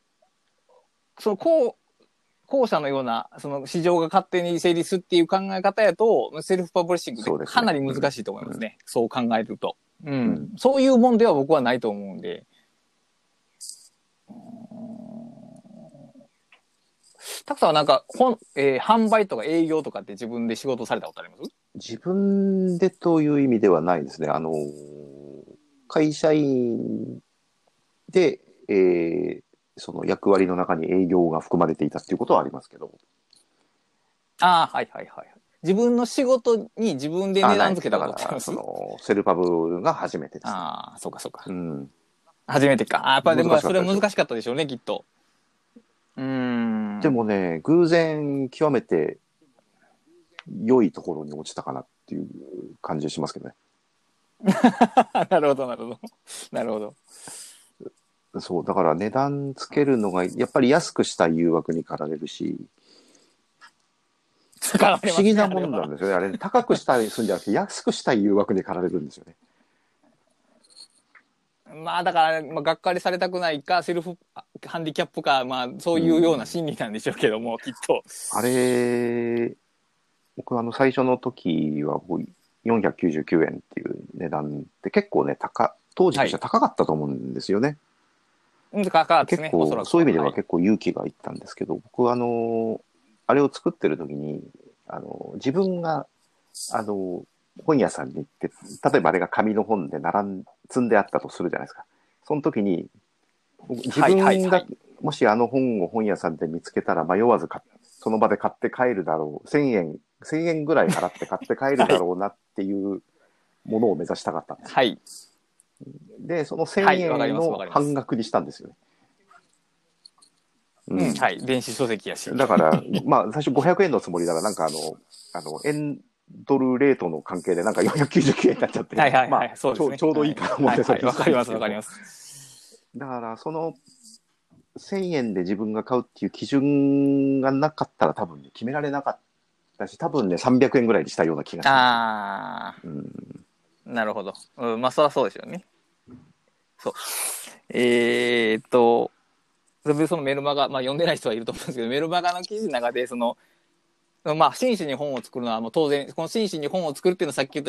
後者のような、その市場が勝手に成立するっていう考え方やと、セルフパブリッシングってかなり難しいと思いますね。そう考えると。そういうもんでは僕はないと思うんで。たくさんはなんか販売とか営業とかって自分で仕事されたことあります？ 自分でという意味ではないですね。会社員で、その役割の中に営業が含まれていたっていうことはありますけど。 はいはいはい。自分の仕事に自分で値段付けたことあります？ そのセルパブが初めてです、ね。 そうかそうか。 初めてか。やっぱりでもそれは難しかったでしょうね、きっと。 でもね、偶然極めて良いところに落ちたかなっていう感じしますけどね。 なるほどなるほど。なるほど。 そう、だから値段つけるのがやっぱり安くしたい誘惑に駆られるし、不思議なもんなんですよね。あれ、高くしたりするんじゃなくて安くしたい誘惑に駆られるんですよね。 まあだから、がっかりされたくないか、セルフハンディキャップか、まあそういうような心理なんでしょうけども、きっと。 あれ、僕最初の時は499円っていう値段って結構ね、当時としては高かったと思うんですよね。 高かったですね。 結構、そういう意味では結構勇気がいったんですけど、僕はあれを作ってる時に、自分が、本屋さんに行って、例えばあれが紙の本で積んであったとするじゃないですか。その時に、自分がもしあの本を本屋さんで見つけたら迷わずその場で買って帰るだろう。1000円ぐらい払って買って帰るだろうなっていうものを目指したかったんです。 はい。 で、その1000円の半額にしたんですよね。 はい。電子書籍やし。 だから、まあ、最初500円のつもりだら、なんか円ドルレートの関係でなんか499円になっちゃって、まあ、ちょうどいいかと思って、 わかりますわかります。 だからその1000円で自分が買うっていう基準がなかったら多分、ね、決められなかったし、多分ね300円ぐらいにしたような気がします。 なるほど。まあそりゃそうですよね。そう。そのメルマガ、まあ読んでない人はいると思うんですけど、メルマガの記事の中でまあ、真摯に本を作るのはもう当然、この真摯に本を作るっていうのはさっき言った、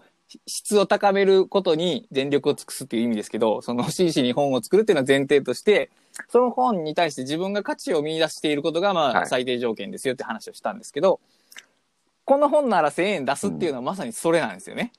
質を高めることに全力を尽くすっていう意味ですけど、その真摯に本を作るっていうのは前提として、その本に対して自分が価値を見出していることが、まあ、最低条件ですよって話をしたんですけど、この本なら1000円出すっていうのはまさにそれなんですよね。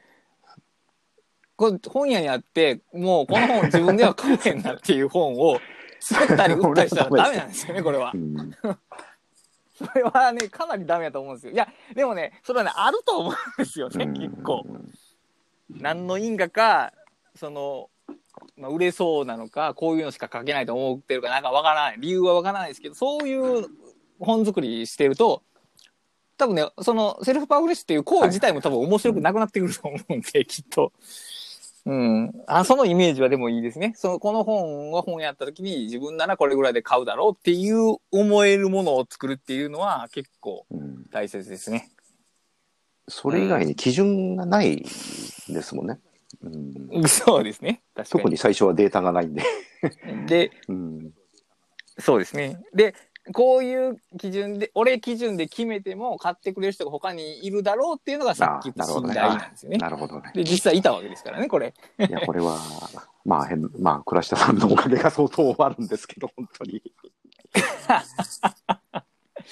これ本屋にあって、もうこの本自分では買えへんなっていう本を作ったり売ったりしたらダメなんですよね、これは。それはね、かなりダメだと思うんですよ。いや、でもね、それはね、あると思うんですよね、結構。何の因果か、まあ、売れそうなのか、こういうのしか書けないと思ってるかなんかわからない。理由はわからないですけど、そういう本作りしてると、多分ね、そのセルフパブリッシュっていう行為自体も多分面白くなくなってくると思うんで、きっと。そのイメージはでもいいですね。この本を本やった時に自分ならこれぐらいで買うだろうっていう思えるものを作るっていうのは結構大切ですね。 それ以外に基準がないですもんね。 そうですね。 確かに。特に最初はデータがないんで。 で、そうですね。で、こういう基準で、俺基準で決めても買ってくれる人が他にいるだろうっていうのがさっき言った信頼なんですよね。 なるほどね。 で、実際いたわけですからね、これ。 いや、これは、まあ、倉下さんのおかげが相当あるんですけど、本当に。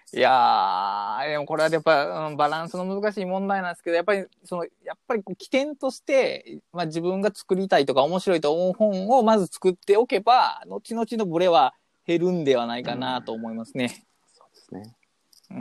いやー、でもこれはやっぱ、バランスの難しい問題なんですけど、やっぱり、やっぱりこう起点として、まあ自分が作りたいとか面白いと思う本をまず作っておけば、後々のブレは減るんではないかなと思いますね。 そうですね。 うん。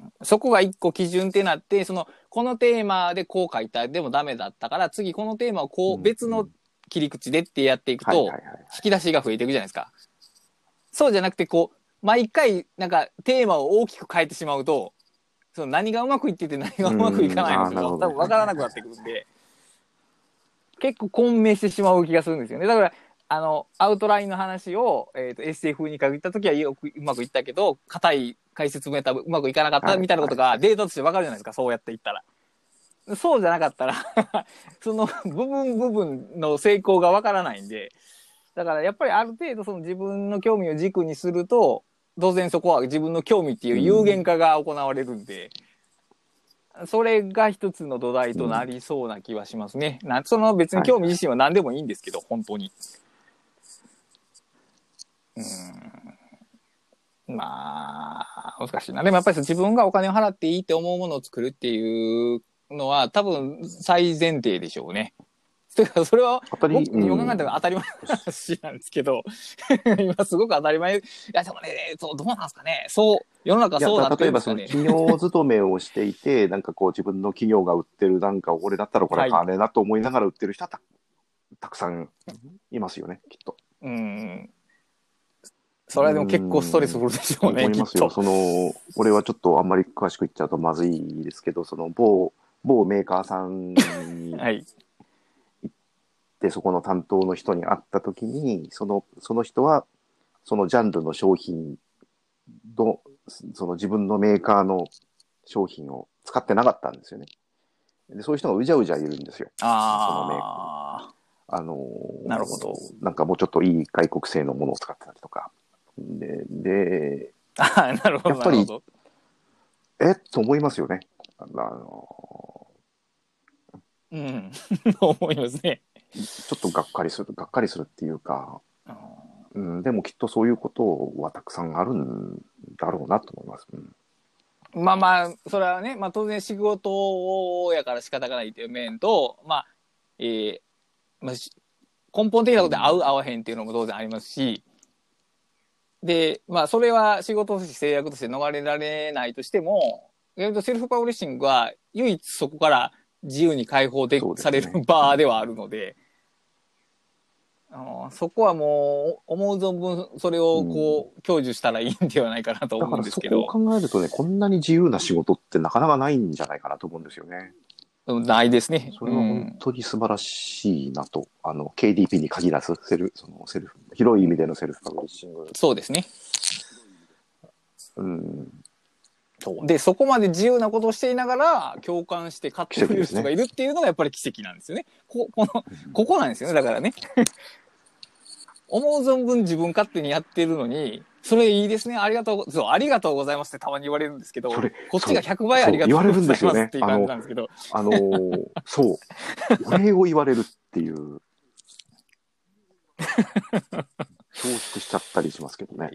そこが一個基準ってなって、このテーマでこう書いた、でもダメだったから、次このテーマをこう、別の切り口でってやっていくと、引き出しが増えていくじゃないですか。そうじゃなくて、こう、毎回、なんか、テーマを大きく変えてしまうと、何がうまくいってて何がうまくいかないのかが多分分からなくなってくるんで、結構混迷してしまう気がするんですよね。だから、アウトラインの話を、SF に書いたときはよくうまくいったけど、硬い解説もやったらうまくいかなかったみたいなことがデータとして分かるじゃないですか、そうやっていったら。そうじゃなかったらその部分の成功が分からないんで、だからやっぱりある程度自分の興味を軸にすると、当然そこは自分の興味っていう有限化が行われるんで、それが一つの土台となりそうな気はしますね。別に興味自身は何でもいいんですけど、本当に。まあ、難しいな。でもやっぱり自分がお金を払っていいって思うものを作るっていうのは多分最前提でしょうね。それは僕今考えたら当たり前の話なんですけど今すごく当たり前。いやでもね、どうなんですかね。世の中そうなってるんですかね。 例えば企業勤めをしていてなんかこう自分の企業が売ってるなんか俺だったらこれ買わねえなと思いながら売ってる人はたくさんいますよね、きっと。 それはでも結構ストレスフルでしょうね。 思いますよ。俺はちょっとあんまり詳しく言っちゃうとまずいですけど、某メーカーさんに行って、そこの担当の人に会った時に、その人はそのジャンルの商品の自分のメーカーの商品を使ってなかったんですよね。でそういう人がうじゃうじゃいるんですよ。そのメーカー。 なるほど。 なんかもうちょっといい外国製のものを使ってたりとか。で、 なるほど。 やっぱり、と思いますよね。 思いますね。 ちょっとがっかりするっていうか、でもきっとそういうことはたくさんあるんだろうなと思います。 まあまあ、それはね、まあ当然仕事やから仕方がないっていう面と、まあ、まあ、根本的なことで合う合わへんっていうのも当然ありますし、で、まあそれは仕事として制約として逃れられないとしても、セルフパブリッシングは唯一そこから自由に解放される場ではあるので、そこはもう思う存分それをこう享受したらいいんではないかなと思うんですけど。 だからそこを考えるとね、こんなに自由な仕事ってなかなかないんじゃないかなと思うんですよね。 ないですね。 それは本当に素晴らしいなと。KDP に限らず、広い意味でのセルフパブリッシング。 そうですね。で、そこまで自由なことをしていながら共感して買ってくれる人がいるっていうのがやっぱり奇跡なんですよね。ここなんですよね。だからね。思う存分自分勝手にやってるのに、それいいですね。ありがとうございますってたまに言われるんですけど、こっちが100倍ありがとうございますっていう感じなんですけど。 そう。お礼を言われるっていう。恐縮しちゃったりしますけどね。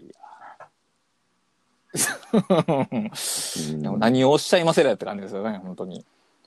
でも何をおっしゃいませらって感じですよね、本当に。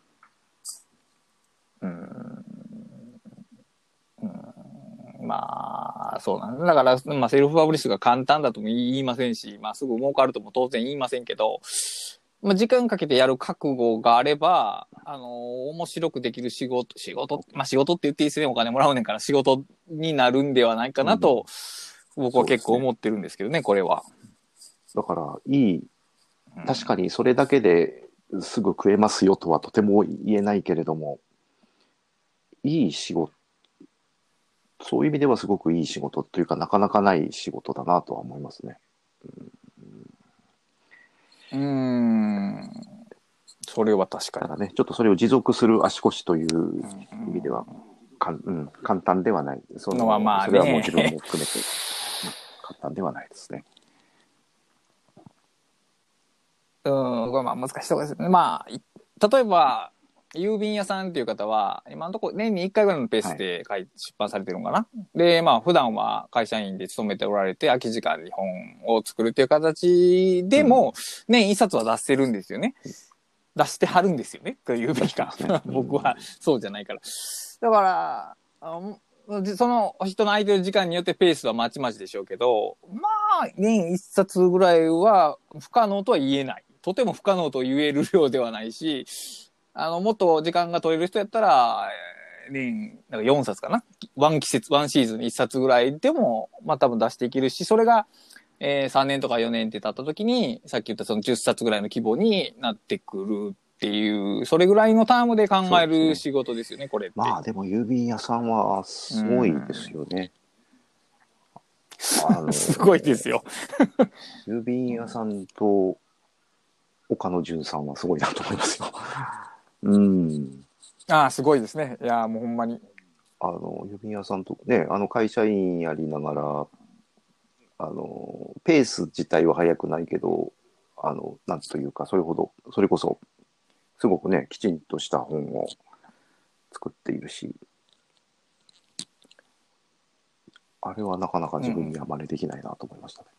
まあ、そうなんだ。だから、まあ、セルフパブリッシュが簡単だとも言いませんし、まあ、すぐ儲かるとも当然言いませんけど、まあ、時間かけてやる覚悟があれば、面白くできるまあ、仕事って言っていいですね。お金もらうねんから仕事になるんではないかなと、僕は結構思ってるんですけどね、これは。 だから、確かにそれだけですぐ食えますよとはとても言えないけれども、いい仕事、そういう意味ではすごくいい仕事というか、なかなかない仕事だなとは思いますね。 それは確かに。 ただね、ちょっとそれを持続する足腰という意味では、簡単ではない。それはもう自分も含めて、簡単ではないですね。 これまあ難しいところですね。まあ、例えば、 郵便屋さんっていう方は、今のところ年に1回ぐらいのペースで出版されてるのかな。で、まあ、普段は会社員で勤めておられて、空き時間に本を作るっていう形でも、年1冊は出してるんですよね。出してはるんですよね。というべきか。僕はそうじゃないから。だから、その人の空いてる時間によってペースはまちまちでしょうけど、まあ、年1冊ぐらいは不可能とは言えない。とても不可能と言える量ではないし、もっと時間が取れる人やったら、年、なんか4冊かな。ワンシーズン1冊ぐらいでも、まあ多分出していけるし、それが、3年とか4年って経った時に、さっき言ったその10冊ぐらいの規模になってくるっていう、それぐらいのタームで考える仕事ですよね、これって。 まあでも郵便屋さんはすごいですよね。 すごいですよ。 郵便屋さんと岡野純さんはすごいなと思いますよ。 ああ、すごいですね。いや、もうほんまに。 郵便屋さんとね、会社員やりながら、ペース自体は速くないけど、なんというか、それこそ、すごくね、きちんとした本を作っているし、あれはなかなか自分には真似できないなと思いましたね。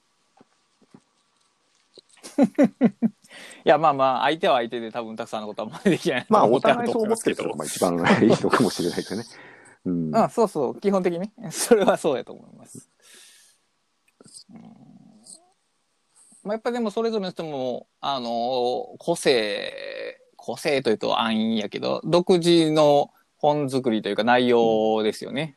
いや、まあまあ、相手は相手で多分たくさんのことは真似できないまあ、 と思ってあるお互いそうと思いますけど。 思ってるのが一番いいのかもしれないですよね。 そうそう、基本的に。それはそうやと思います。まあ、やっぱでもそれぞれの人も、個性というと安易やけど、独自の本作りというか内容ですよね。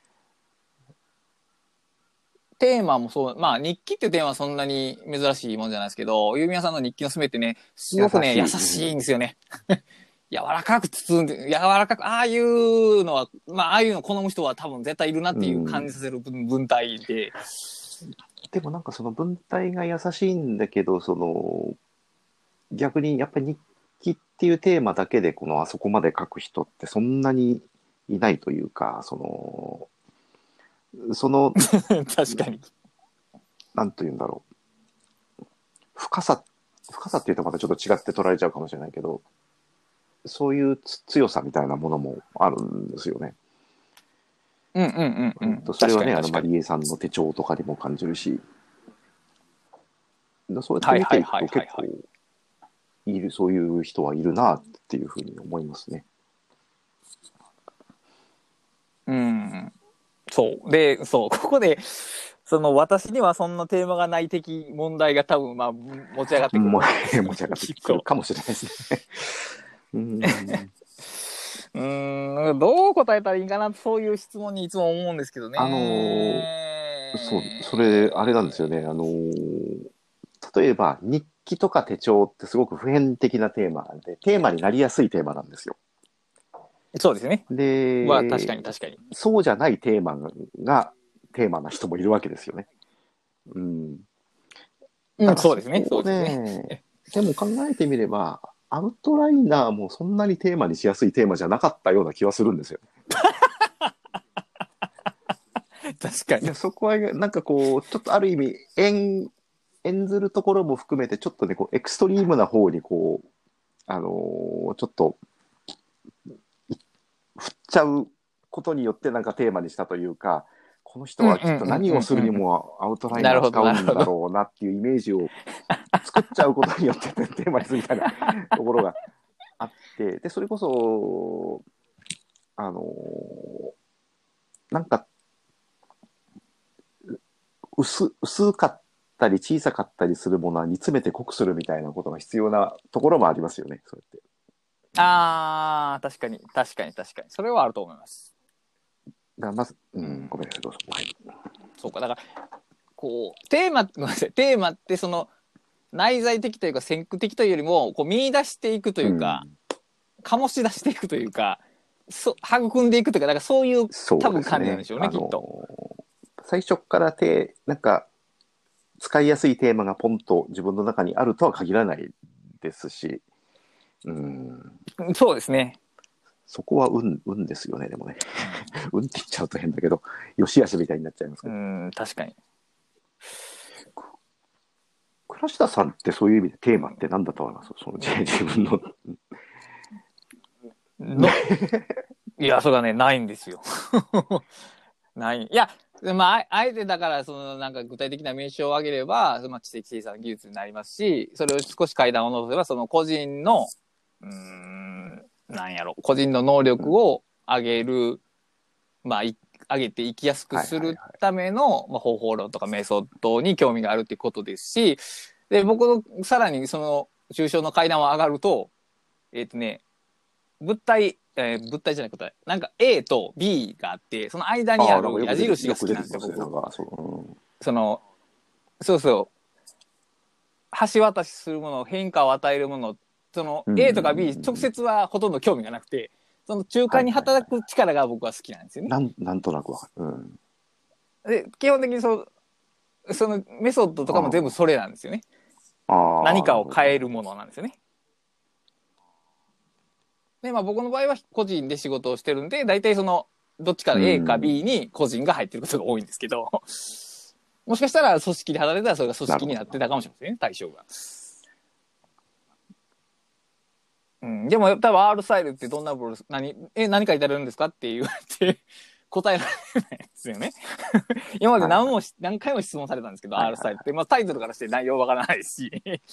テーマもそう、まあ日記っていうテーマはそんなに珍しいもんじゃないですけど、ゆうみやさんの日記のすべてね、すごくね、優しいんですよね。柔らかく包んで、柔らかく、ああいうのは、まあああいうの好む人は多分絶対いるなっていう感じさせる文体で。 でもなんかその文体が優しいんだけど、逆にやっぱり日記っていうテーマだけであそこまで書く人ってそんなにいないというか、 確かに。 なんというんだろう。深さっていうとまたちょっと違って捉えちゃうかもしれないけど、そういう強さみたいなものもあるんですよね。それはね、マリエさんの手帳とかにも感じるし、そうやって見ていくと結構そういう人はいるなっていうふうに思いますね。 そうで、そうここで私にはそんなテーマがない的問題が多分まあ持ち上がってくる。 持ち上がってくるかもしれないですね。 どう答えたらいいかな、そういう質問にいつも思うんですけどね。 それあれなんですよね。例えば日記とか手帳ってすごく普遍的なテーマなんで、テーマになりやすいテーマなんですよ。 そうですね。 で、 確かに。 そうじゃないテーマがテーマな人もいるわけですよね。 そうですね。 そうですね。でも考えてみれば、アウトライナーもそんなにテーマにしやすいテーマじゃなかったような気はするんですよ。 確かに。 そこはなんかちょっとある意味演ずるところも含めてちょっとねエクストリームな方にちょっと振っちゃうことによってなんかテーマにしたというか、この人はきっと何をするにもアウトライナーを使うんだろうなっていうイメージを作っちゃうことによってテーマにするみたいなところがあって、でそれこそなんか薄かったり小さかったりするものは煮詰めて濃くするみたいなことが必要なところもありますよね、そうやって。 確かに。それはあると思います。 まず、ごめんなさい、どうぞ。はい。 そうか、だから、テーマって内在的というか先駆的というよりも、見出していくというか、醸し出していくというか、育んでいくというか、だからそういう多分感じなんでしょうね、きっと。 最初からなんか、使いやすいテーマがポンと自分の中にあるとは限らないですし、 そうですね。 そこは運ですよね、でもね。運って言っちゃうと変だけど、良し悪しみたいになっちゃいますけど。 確かに。 倉下さんってそういう意味でテーマって何だと思います？自分の。 いや、それがね、ないんですよ。ない。いや、まあ、あえてだから、なんか具体的な名称を挙げれば、まあ、知的生産技術になりますし、それを少し階段を乗せば、その個人の、なんやろ、個人の能力を上げる、まあ、上げて生きやすくするための、まあ、方法論とかメソッドに興味があるっていうことですし、で、僕の、さらにその、抽象の階段を上がると、物体じゃなくて、なんか A と B があって、その間にある矢印が好きなんですよ、僕。その、そうそう、橋渡しするもの、変化を与えるもの、その A とか B、直接はほとんど興味がなくて、その中間に働く力が僕は好きなんですよね。 なんとなくわかる。 で、基本的にそのメソッドとかも全部それなんですよね。何かを変えるものなんですよね。で、まあ僕の場合は個人で仕事をしてるんで、大体その、どっちか A か B に個人が入ってることが多いんですけど、もしかしたら組織で働いたらそれが組織になってたかもしれませんね、対象が。でも多分 R スタイルってどんなブログ、何書いてあるんですかって言われて答えられないですよね。今まで何回も質問されたんですけど、R スタイルって、まあタイトルからして内容わからないし、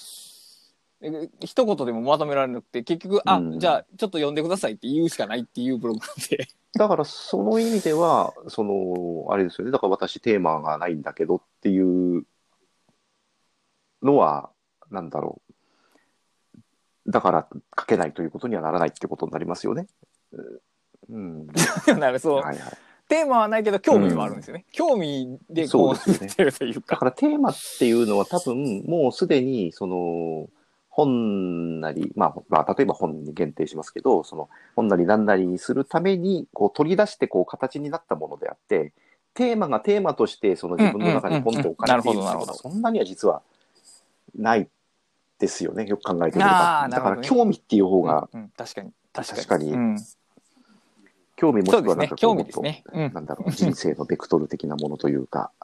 一言でもまとめられなくて、結局、じゃあちょっと読んでくださいって言うしかないっていうブログなんで。 だからその意味では、あれですよね。だから私テーマがないんだけどっていうのは、なんだろう。だから書けないということにはならないってことになりますよね。 そう。はいはい、テーマはないけど興味はあるんですよね。興味でこう言ってるというか。 だからテーマっていうのは多分もうすでに本なり、まあ、例えば本に限定しますけど、本なり何なりにするためにこう取り出してこう形になったものであって、テーマがテーマとして自分の中にポンと置かれているっていうのはそんなには実はないですよね。よく考えてみれば。だから興味っていう方が、 確かに、興味もしくはなんか興味ですね。 なんだろう、人生のベクトル的なものというか。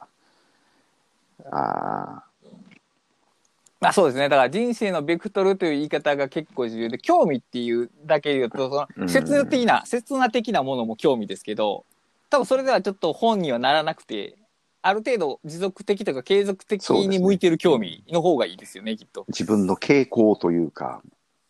そうですね。だから人生のベクトルという言い方が結構重要で、興味っていうだけで言うと、その刹那的なものも興味ですけど、多分それではちょっと本にはならなくて、ある程度持続的とか継続的に向いてる興味の方がいいですよね、きっと。 自分の傾向というか。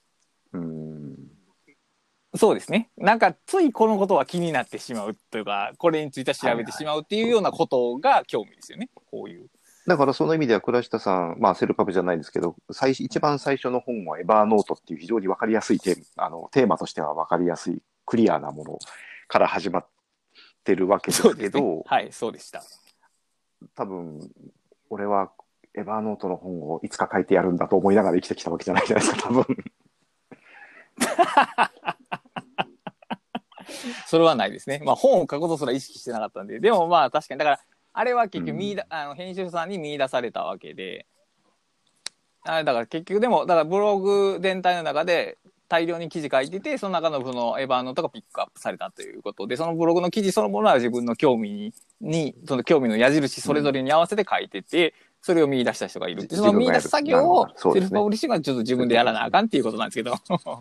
そうですね。なんかついこのことは気になってしまうというか、これについて調べてしまうっていうようなことが興味ですよね。こういう。 だからその意味では倉下さん、まあセルパブじゃないんですけど、一番最初の本はエバーノートっていう非常に分かりやすいテーマとしては分かりやすいクリアなものから始まってるわけですけど、 ね、はい、そうでした。 多分、俺はエバーノートの本をいつか書いてやるんだと思いながら生きてきたわけじゃないじゃないですか、多分。 それはないですね。まあ本を書くことすら意識してなかったんで。でもまあ確かに、だから、あれは結局編集さんに見出されたわけで、だから結局でも、だからブログ全体の中で大量に記事書いてて、その中のそのエヴァーノートがピックアップされたということで、そのブログの記事そのものは自分の興味に、その興味の矢印それぞれに合わせて書いてて、それを見出した人がいるって、その見出す作業をセルフパブリッシングはちょっと自分でやらなあかんっていうことなんですけど。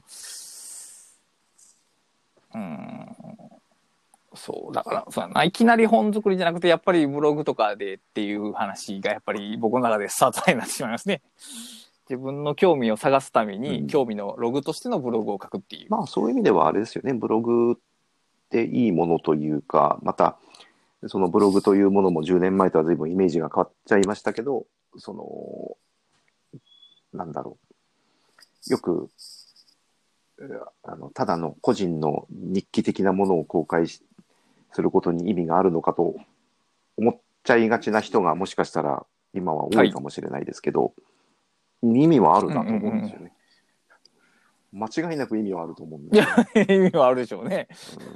そうだからそういきなり本作りじゃなくてやっぱりブログとかでっていう話がやっぱり僕の中でスタートラインになってしまいますね。自分の興味を探すために、興味のログとしてのブログを書くっていう。 まあそういう意味ではあれですよね。ブログっていいものというか、またそのブログというものも10年前とは随分イメージが変わっちゃいましたけど、なんだろう。よくただの個人の日記的なものを公開することに意味があるのかと思っちゃいがちな人がもしかしたら今は多いかもしれないですけど、意味はあるなと思うんですよね。間違いなく意味はあると思うんですよね。 いや、意味はあるでしょうね。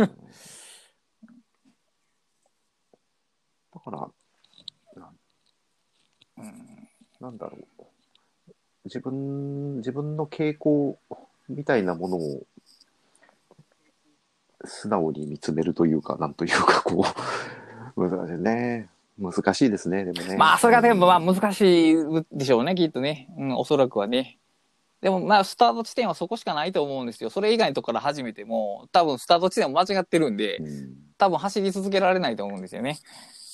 だから、なんだろう。自分の傾向みたいなものを素直に見つめるというか、なんというか、こう、難しいね。難しいですね、でもね。 まあ、それがでもまあ難しいでしょうね、きっとね。おそらくはね。 でもまあスタート地点はそこしかないと思うんですよ。それ以外のところから始めても多分スタート地点も間違ってるんで、多分走り続けられないと思うんですよね。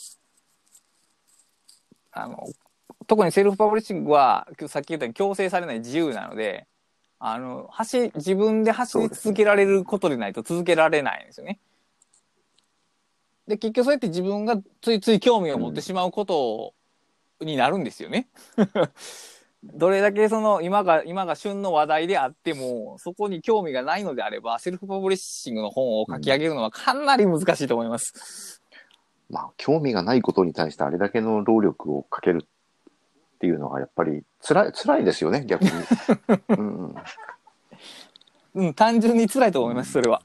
特にセルフパブリッシングはさっき言ったように強制されない自由なので、自分で走り続けられることでないと続けられないんですよね。で、結局そうやって自分がついつい興味を持ってしまうことになるんですよね。どれだけ今が旬の話題であっても、そこに興味がないのであれば、セルフパブリッシングの本を書き上げるのはかなり難しいと思います。 まあ、興味がないことに対してあれだけの労力をかけるっていうのがやっぱり辛いですよね、逆に。 単純に辛いと思います、それは。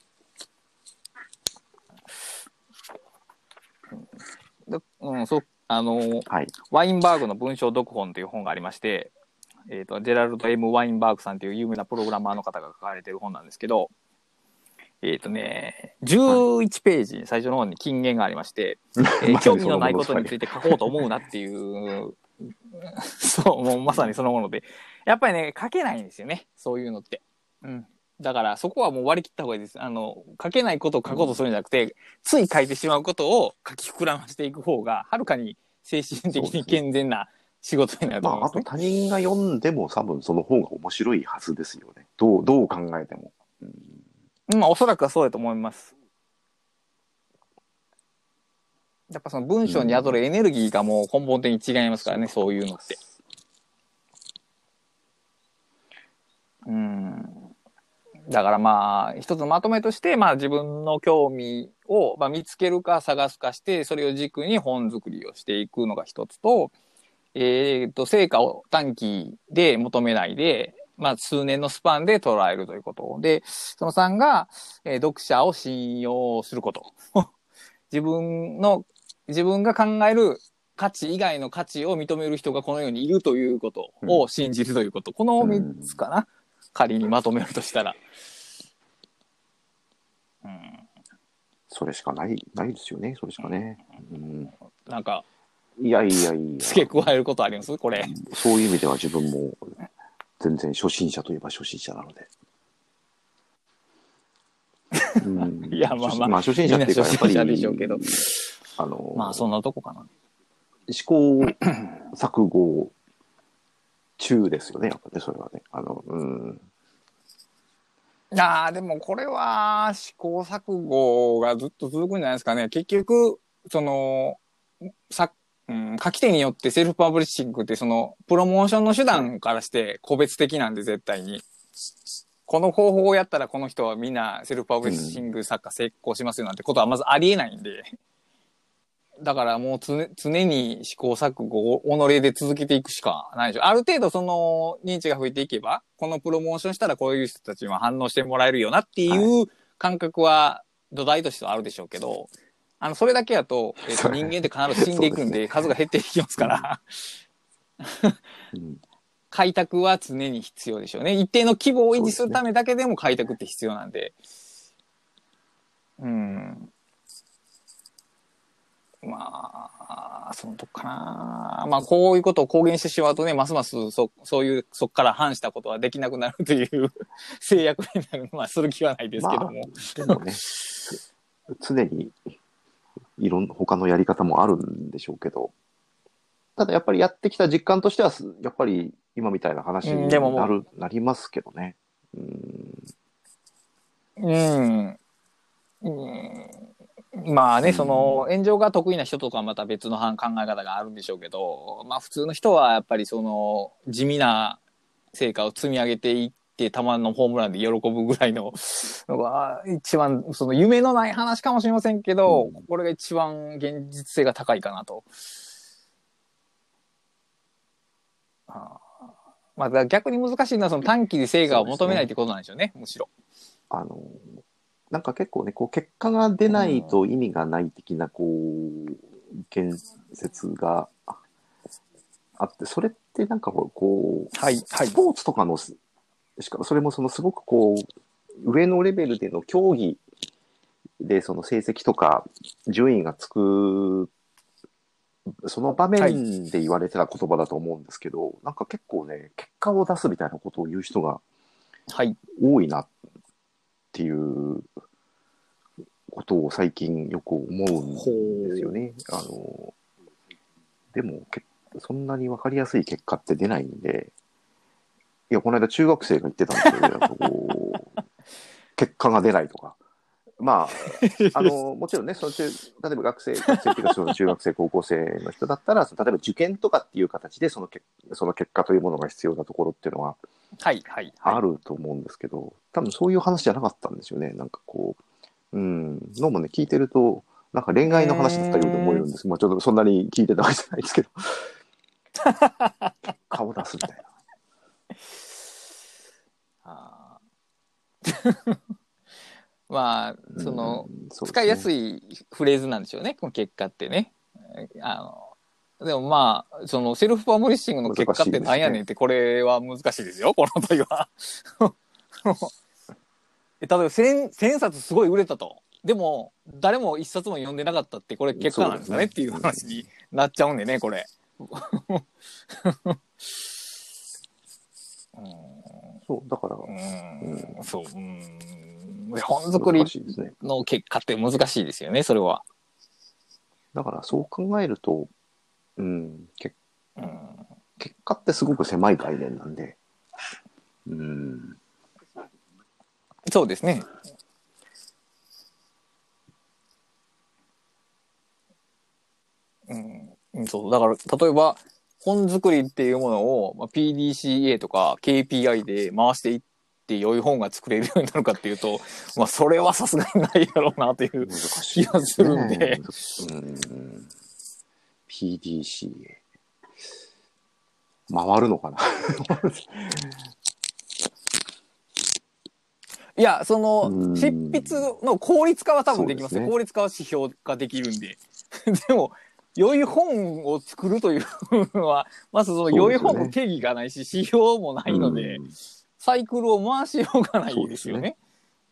はい、ワインバーグの文章読本という本がありまして、ジェラルド・ M・ ワインバーグさんという有名なプログラマーの方が書かれている本なんですけど、11ページに最初の方に金言がありまして、興味のないことについて書こうと思うなっていう、そう、もうまさにそのもので、やっぱりね、書けないんですよね、そういうのって。だからそこはもう割り切った方がいいです。書けないことを書こうとするんじゃなくて、つい書いてしまうことを書き膨らましていく方が、はるかに精神的に健全な仕事になると思いますね。 あと他人が読んでも多分その方が面白いはずですよね。どう考えても。 おそらくはそうだと思います。やっぱその文章に宿るエネルギーがもう根本的に違いますからね、そういうのって。だからまあ一つのまとめとして、まあ自分の興味を見つけるか探すかして、それを軸に本作りをしていくのが一つと、成果を短期で求めないで、数年のスパンで捉えるということで、その3が、読者を信用すること。自分が考える価値以外の価値を認める人がこの世にいるということを信じるということ。この3つかな。仮にまとめるとしたら。 それしかないですよね、それしかね。 なんか、 いや。 付け加えることありますこれ。 そういう意味では自分も全然初心者といえば初心者なので。 いや、まあ初心者っていうかやっぱりでしょうけど、そんなとこかな。 試行錯誤中ですよね、やっぱね、それはね。 でもこれは試行錯誤がずっと続くんじゃないですかね。結局、書き手によってセルフパブリッシングってプロモーションの手段からして個別的なんで絶対に。この方法をやったらこの人はみんなセルフパブリッシング作家成功しますよなんてことはまずありえないんで。だからもう常に試行錯誤を己で続けていくしかないでしょ。ある程度認知が増えていけば、このプロモーションしたらこういう人たちには反応してもらえるよなっていう感覚は土台としてはあるでしょうけど、それだけだと、人間って必ず死んでいくんで数が減っていきますから。開拓は常に必要でしょうね。一定の規模を維持するためだけでも開拓って必要なんで。そのとこかな。こういうことを公言してしまうとね、ますますそこから反したことはできなくなるという制約になるのはする気はないですけども。 でもね、常に他のやり方もあるんでしょうけど、ただやっぱりやってきた実感としては、やっぱり今みたいな話になりますけどね。 炎上が得意な人とかはまた別の考え方があるんでしょうけど、普通の人はやっぱり地味な成果を積み上げていってたまのホームランで喜ぶぐらいののが一番夢のない話かもしれませんけど、これが一番現実性が高いかなと。逆に難しいのは短期で成果を求めないってことなんでしょうね、むしろ。 なんか結構ね、結果が出ないと意味がない的な、言説があって、それってなんかスポーツとかの、しかもそれもすごく上のレベルでの競技で成績とか順位がつくその場面で言われてた言葉だと思うんですけど、なんか結構ね、結果を出すみたいなことを言う人が多いなっていうことを最近よく思うんですよね。でもそんなに分かりやすい結果って出ないんで、いや、この間中学生が言ってたんですけど、なんかこう結果が出ないとか。まあ、もちろんね、例えば学生っていうか、その中学生、高校生の人だったら、例えば受験とかっていう形でその結果というものが必要なところっていうのはあると思うんですけど、多分そういう話じゃなかったんですよね。なんかこう、のもね、聞いてると、なんか恋愛の話だったように思えるんです。まあちょっとそんなに聞いてたわけじゃないですけど、顔出すみたいな。 まあ、使いやすいフレーズなんでしょうね、この結果ってね。でもまあ、セルフパブリッシングの結果ってなんやねんって、これは難しいですよ、この問いは。例えば1000冊すごい売れたと。でも、誰も一冊も読んでなかったって、これ結果なんですかねっていう話になっちゃうんでね、これ。 そう、だから、 そう、本作りの結果って難しいですよね、それは。 だからそう考えると、結果ってすごく狭い概念なんで、 そうですね。そう、だから例えば本作りっていうものを、PDCA とか KPI で回していって良い本が作れるようになるかっていうと、それはさすがにないだろうなという気がするんで。 PDCA 回るのかな。 いや、執筆の効率化は多分できますよ。効率化は指標ができるんで。でも、良い本を作るというのは、まず良い本の定義がないし、指標もないので、サイクルを回しようがないですよね。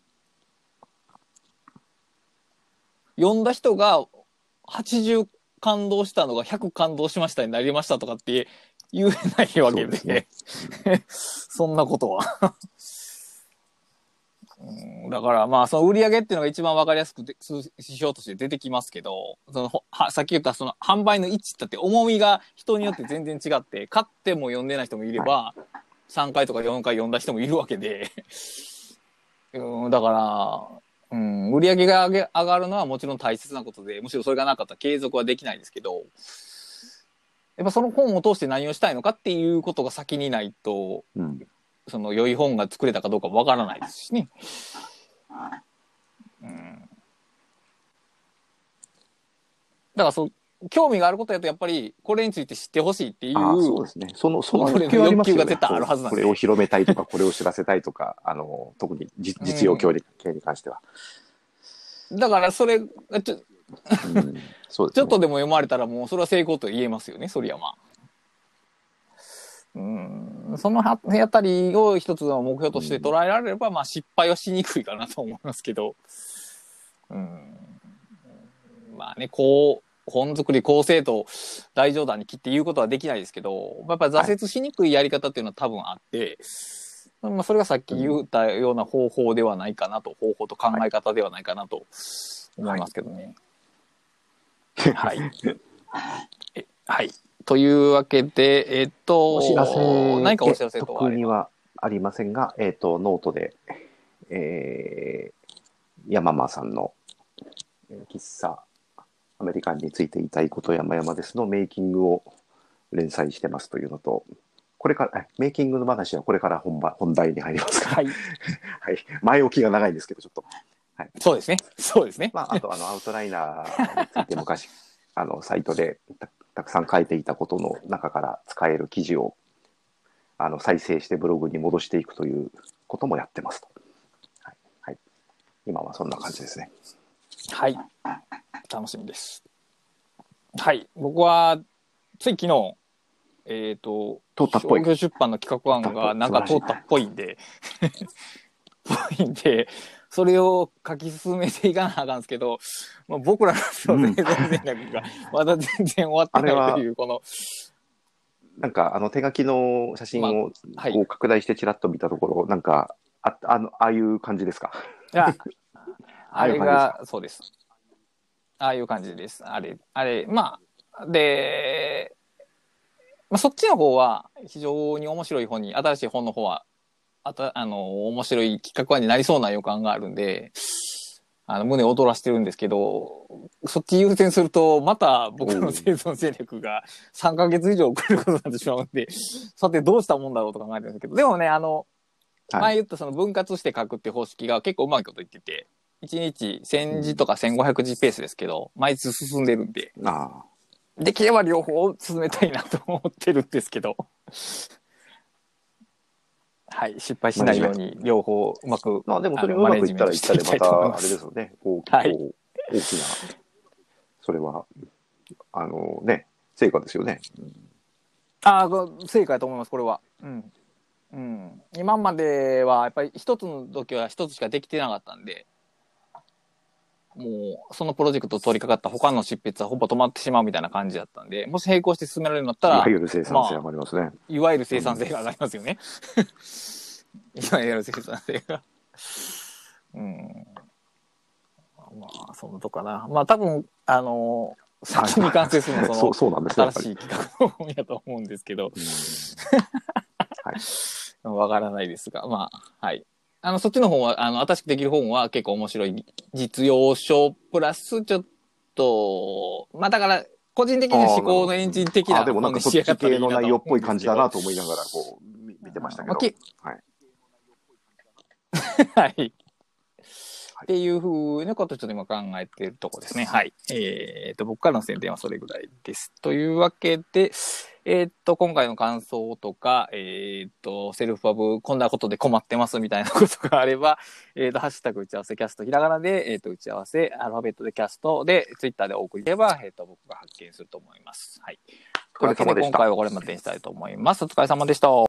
読んだ人が80感動したのが100感動しましたになりましたとかって言えないわけで、そんなことは。だからその売り上げっていうのが一番わかりやすく指標として出てきますけど、さっき言ったその販売の位置って重みが人によって全然違って、買っても読んでない人もいれば、3回とか4回読んだ人もいるわけで、だから、売り上げが上がるのはもちろん大切なことで、むしろそれがなかったら継続はできないですけど、やっぱその本を通して何をしたいのかっていうことが先にないと、その良い本が作れたかどうかわからないですしね。だから興味があることやとやっぱりこれについて知ってほしいっていう、 そうですね。その欲求が絶対あるはずなんで、 これを広めたいとかこれを知らせたいとか、特に実用系に関しては。 だからそれがちょっとでも読まれたらもうそれは成功と言えますよね、そりゃまあ。そのあたりを一つの目標として捉えられれば、失敗はしにくいかなと思いますけど、まあね、本作り構成と大上段に切って言うことはできないですけど、やっぱり挫折しにくいやり方っていうのは多分あって、それがさっき言ったような方法ではないかなと、方法と考え方ではないかなと思いますけどね。はい。はい。というわけで、 お知らせ、 何かお知らせと特にはありませんが、ノートで、山間さんの、喫茶アメリカンについて言いたいこと山々ですのメイキングを連載してますというのと、これからメイキングの話はこれから本題に入りますから、はい、はい、前置きが長いんですけどちょっと、はい、 そうですね、そうですね。 あとアウトライナーについて昔サイトでたくさん書いていたことの中から使える記事を再生してブログに戻していくということもやってますと、はいはい、今はそんな感じですね。 はい、楽しみです。はい、僕はつい昨日通ったっぽい商業出版の企画案がなんか通ったっぽいんでそれを書き進めていかなあかんですけど、まあ、僕らの生存戦略がまだ全然終わってないという、この。 なんか手書きの写真をこう拡大してちらっと見たところ、なんかああいう感じですか？ いや、あれがそうです。ああいう感じです。あれ、まあ、で、まあ、そっちの方は非常に面白い本に、新しい本の方は、面白い企画になりそうな予感があるんで、胸を躍らしてるんですけど、そっち優先すると、また僕の生存戦略が3ヶ月以上遅れることになってしまうんで、さてどうしたもんだろうと考えてるんですけど、でもね、前言ったその分割して書くって方式が結構うまいこと言ってて、1日1000字とか1500字ペースですけど、毎日進んでるんで、できれば両方進めたいなと思ってるんですけど、はい、失敗しないように両方うまく、 でもそれがうまくいったらいったで、またあれですよね、大きな、それはね、成果ですよね。 成果だと思います、これは。今まではやっぱり一つの時は一つしかできてなかったんで、もうそのプロジェクト取り掛かった他の執筆はほぼ止まってしまうみたいな感じだったんで、もし並行して進められるんだったら、 いわゆる生産性上がりますね。 いわゆる生産性が上がりますよね。いわゆる生産性が。まあ、そのとかな。まあ、多分、先に完成するのはその新しい企画の本やと思うんですけど、わからないですが、まあ、はい。そっちの本は、新しくできる本は結構面白い実用書プラス、ちょっと、まあだから、個人的には思考のエンジン的な本に仕上がったらいいなと思うんですけど。でもなんかそっち系の内容っぽい感じだなと思いながら、こう、見てましたけど。 はい。っていうふうなことをちょっと今考えているところですね。はい。僕からの宣伝はそれぐらいです。というわけで、今回の感想とか、セルフパブ、こんなことで困ってますみたいなことがあれば、ハッシュタグ打ち合わせキャスト、ひらがなで、打ち合わせ、アルファベットでキャストで、ツイッターでお送りれば、僕が発見すると思います。はい。というわけで、今回はこれまでにしたいと思います。お疲れ様でした。